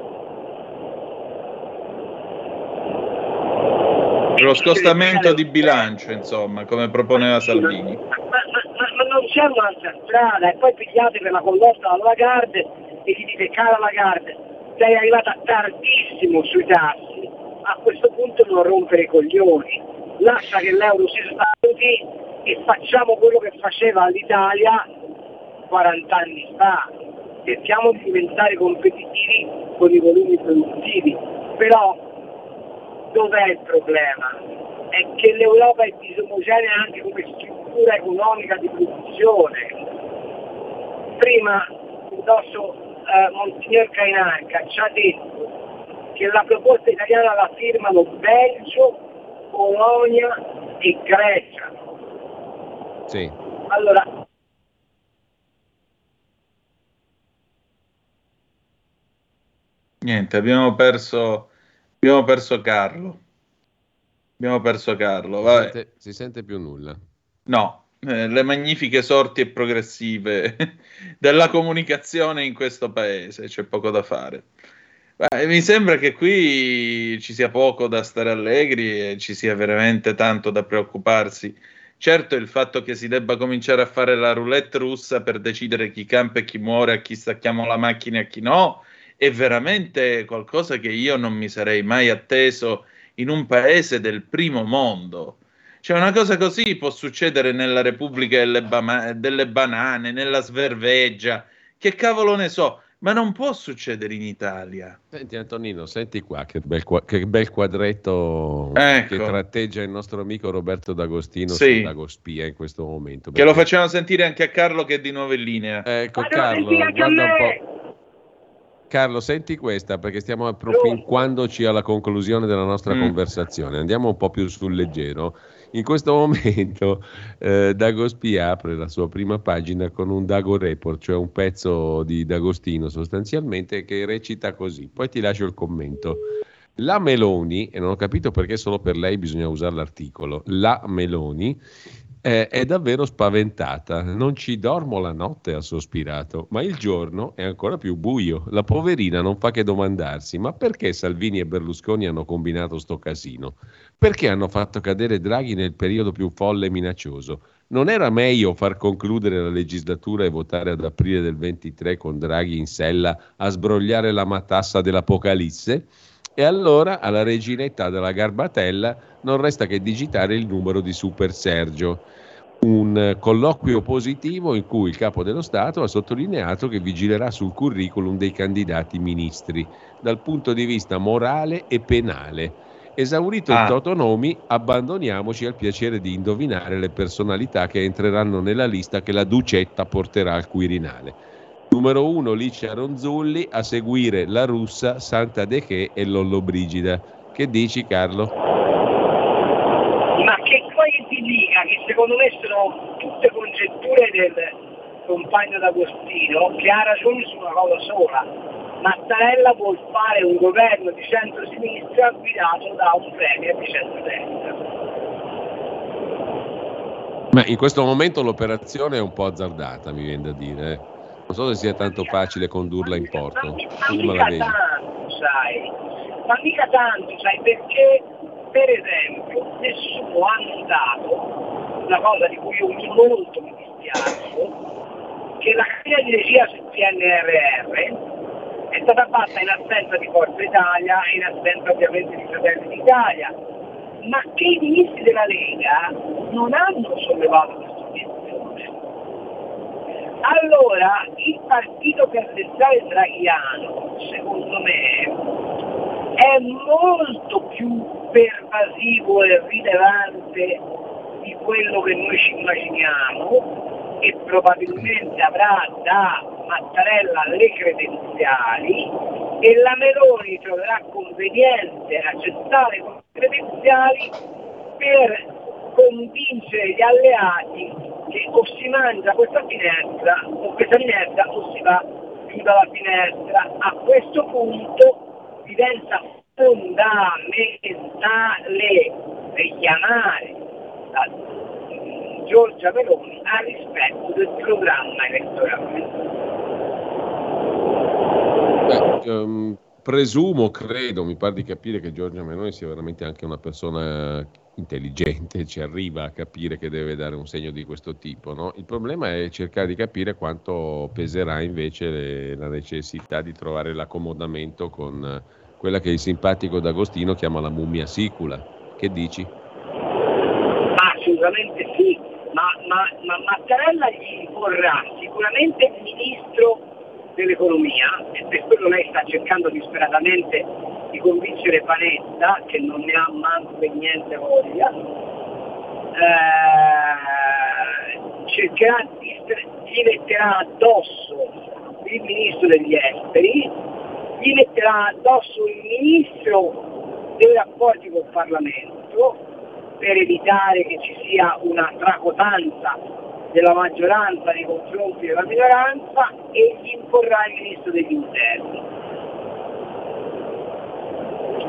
Lo scostamento di bilancio, insomma, come proponeva Salvini. Ma, ma- ma- ma non c'è un'altra strada, e poi pigliate per la condotta alla Lagarde e gli dite: cara Lagarde, sei arrivata tardissimo sui tassi, a questo punto non rompere i coglioni, lascia che l'euro si svaluti e facciamo quello che faceva l'Italia quaranta anni fa, cerchiamo di diventare competitivi con i volumi produttivi. Però dov'è il problema? È che l'Europa è disomogenea anche come struttura economica di produzione. Prima il nostro eh, Monsignor Cainarca ci ha detto che la proposta italiana la firmano Belgio, Polonia e Grecia. Sì. Allora, Niente, abbiamo perso, abbiamo perso Carlo. Abbiamo perso Carlo. Si Vabbè. sente, si sente più nulla. No, eh, le magnifiche sorti e progressive della comunicazione in questo paese, c'è poco da fare. Beh, mi sembra che qui ci sia poco da stare allegri e ci sia veramente tanto da preoccuparsi. Certo, il fatto che si debba cominciare a fare la roulette russa per decidere chi campa e chi muore, a chi stacchiamo la macchina e a chi no, è veramente qualcosa che io non mi sarei mai atteso in un paese del primo mondo. Cioè, una cosa così può succedere nella Repubblica delle, Bama- delle Banane, nella Sverveggia, che cavolo ne so, ma non può succedere in Italia. Senti Antonino, senti qua che bel, qua- che bel quadretto Ecco. che tratteggia il nostro amico Roberto D'Agostino Sì. su Dagospia in questo momento. Che lo perché- facciamo sentire anche a Carlo che è di nuovo in linea. Ecco Carlo, guarda un po'. Carlo, senti questa perché stiamo appropinquandoci alla conclusione della nostra Mm. conversazione. Andiamo un po' più sul leggero. In questo momento eh, Dagospia apre la sua prima pagina con un Dago Report, cioè un pezzo di D'Agostino sostanzialmente che recita così. Poi ti lascio il commento. La Meloni, e non ho capito perché solo per lei bisogna usare l'articolo, la Meloni eh, è davvero spaventata. Non ci dormo la notte, ha sospirato, ma il giorno è ancora più buio. La poverina non fa che domandarsi, ma perché Salvini e Berlusconi hanno combinato sto casino? Perché hanno fatto cadere Draghi nel periodo più folle e minaccioso? Non era meglio far concludere la legislatura e votare ad aprile del ventitré con Draghi in sella a sbrogliare la matassa dell'Apocalisse? E allora alla reginetta della Garbatella non resta che digitare il numero di Super Sergio. Un colloquio positivo in cui il capo dello Stato ha sottolineato che vigilerà sul curriculum dei candidati ministri dal punto di vista morale e penale. Esaurito Ah. il totonomi, abbandoniamoci al piacere di indovinare le personalità che entreranno nella lista che la Ducetta porterà al Quirinale. Numero uno Licia Ronzulli, a seguire la russa Santa De Che e Lollobrigida. Che dici Carlo? Ma che poi ti dica che secondo me sono tutte congetture del compagno D'Agostino, che ha ragione su una cosa sola. Mattarella vuol fare un governo di centro-sinistra guidato da un premier di centro-destra. Ma in questo momento l'operazione è un po' azzardata, mi viene da dire. eh. Non so se sia tanto facile condurla in porto. Ma Tu come la mica vedi? tanto, sai, ma mica tanto, sai, perché per esempio nessuno ha notato una cosa di cui io molto mi dispiace, che la cabina di regia sul P N R R è stata fatta in assenza di Forza Italia e in assenza ovviamente di Fratelli d'Italia, ma che i ministri della Lega non hanno sollevato questa obiezione. Allora, il partito percentuale draghiano, secondo me, è molto più pervasivo e rilevante di quello che noi ci immaginiamo e probabilmente avrà da Mattarella le credenziali e la Meloni troverà conveniente accettare le credenziali per convincere gli alleati che o si mangia questa finestra o questa finestra o si va giù dalla finestra. A questo punto diventa fondamentale richiamare la Giorgia Meloni al rispetto del programma elettorale. Beh, ehm, presumo, credo, mi pare di capire che Giorgia Meloni sia veramente anche una persona intelligente, ci arriva a capire che deve dare un segno di questo tipo, no? Il problema è cercare di capire quanto peserà invece le- la necessità di trovare l'accomodamento con eh, quella che il simpatico D'Agostino chiama la mummia sicula. Che dici? Assolutamente sì, ma, ma, ma Mattarella gli vorrà sicuramente il ministro dell'economia e per quello lei sta cercando disperatamente di convincere Panetta, che non ne ha manco per niente voglia. Eh, cercherà di, gli metterà addosso il ministro degli esteri, gli metterà addosso il ministro dei rapporti col Parlamento per evitare che ci sia una tracotanza della maggioranza nei confronti della minoranza e gli imporrà il ministro degli interni.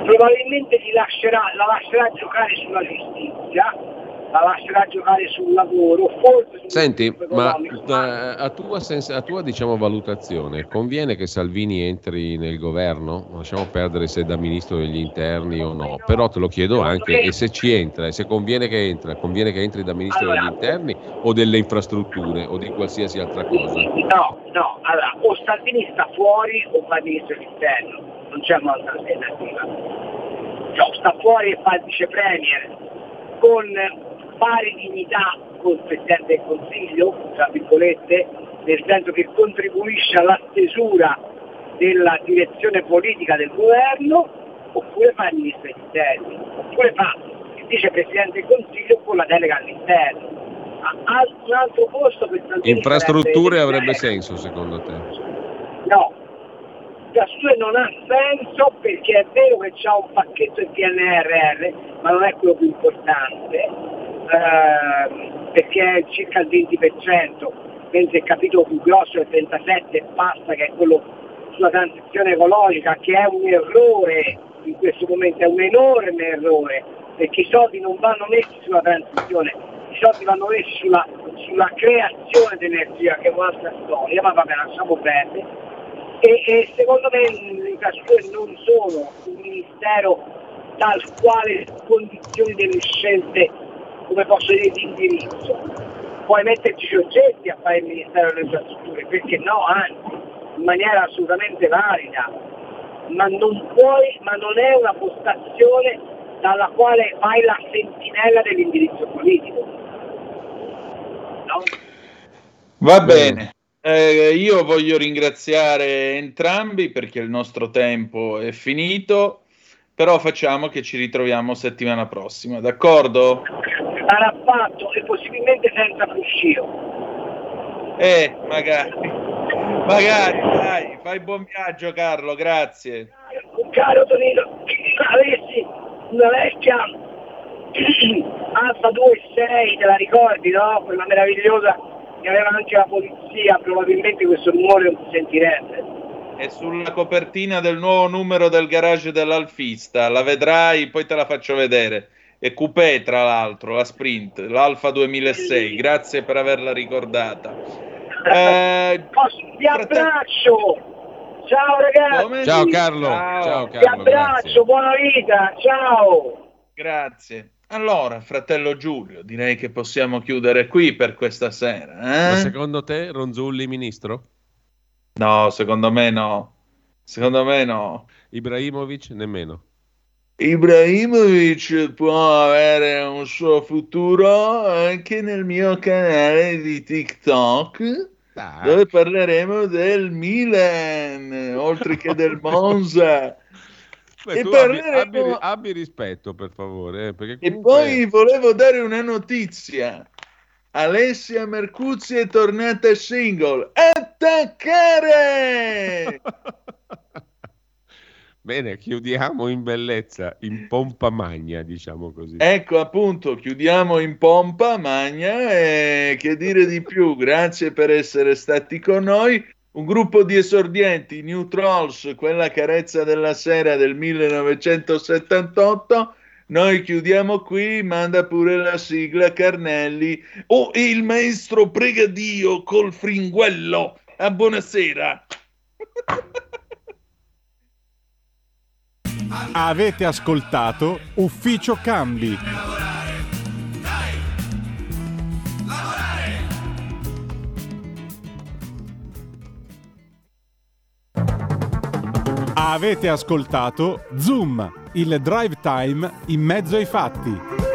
probabilmente li lascerà, la lascerà giocare sulla giustizia, la lascerà giocare sul lavoro, forse sul Senti, ma a, a tua, sens- a tua diciamo, valutazione, conviene che Salvini entri nel governo? Lasciamo perdere se da ministro degli interni o no, però te lo chiedo anche, e se ci entra, e se conviene che entra, conviene che entri da ministro allora, degli interni o delle infrastrutture o di qualsiasi altra cosa? No, no, allora, o Salvini sta fuori o fa il ministro dell'interno, non c'è un'altra alternativa. Cioè, sta fuori e fa il vice premier con pari dignità col Presidente del Consiglio, tra virgolette, nel senso che contribuisce alla stesura della direzione politica del governo, oppure fa il Ministro degli Interni, oppure fa il Vicepresidente del Consiglio con la delega all'interno. A un altro posto per infrastrutture avrebbe senso secondo te? No, infrastrutture non ha senso perché è vero che c'ha un pacchetto del P N R R, ma non è quello più importante. Uh, perché è circa il venti per cento, mentre il capitolo più grosso è il trentasette e passa, che è quello sulla transizione ecologica, che è un errore in questo momento, è un enorme errore, perché i soldi non vanno messi sulla transizione, i soldi vanno messi sulla, sulla creazione di energia, che è un'altra storia, ma vabbè, lasciamo perdere. E, e secondo me le infrastrutture non sono un ministero dal quale condizioni delle scelte, come posso dire, di indirizzo. Puoi metterci soggetti a fare il Ministero delle Infrastrutture, perché no, anzi, in maniera assolutamente valida, ma non puoi, ma non è una postazione dalla quale fai la sentinella dell'indirizzo politico. No? Va bene. Eh, io voglio ringraziare entrambi perché il nostro tempo è finito, però facciamo che ci ritroviamo settimana prossima, d'accordo? Sarà fatto e possibilmente senza Fuscio. Eh, magari. Magari, dai, fai buon viaggio Carlo, grazie. Caro Tonino, avessi una vecchia Alfa due sei, te la ricordi, no? Quella meravigliosa che aveva anche la polizia, probabilmente questo rumore non si sentirebbe. È sulla copertina del nuovo numero del garage dell'Alfista, la vedrai, poi te la faccio vedere. È coupé tra l'altro, la Sprint, l'Alfa duemilasei, grazie per averla ricordata. Eh, Vi abbraccio, ciao ragazzi. Ciao Carlo, ciao, ciao Carlo, Vi abbraccio, grazie. Buona vita, ciao. Grazie. Allora, fratello Giulio, direi che possiamo chiudere qui per questa sera. Eh? Ma secondo te Ronzulli ministro? No, secondo me no. Secondo me no. Ibrahimovic nemmeno. Ibrahimovic può avere un suo futuro anche nel mio canale di TikTok, Dai. dove parleremo del Milan, oltre che del Monza. Beh, e tu parleremo... abbi, abbi, abbi rispetto, per favore. Eh, perché E comunque... poi volevo dare una notizia. Alessia Mercuzzi è tornata single. Attaccare! Bene, chiudiamo in bellezza, in pompa magna, diciamo così. Ecco, appunto, chiudiamo in pompa magna e che dire di più. Grazie per essere stati con noi. Un gruppo di esordienti, New Trolls, quella carezza della sera del millenovecentosettantotto. Noi chiudiamo qui, manda pure la sigla Carnelli. Oh, il maestro Pregadio col fringuello. A buonasera. Avete ascoltato Ufficio Cambi. Avete ascoltato Zoom, il drive time in mezzo ai fatti.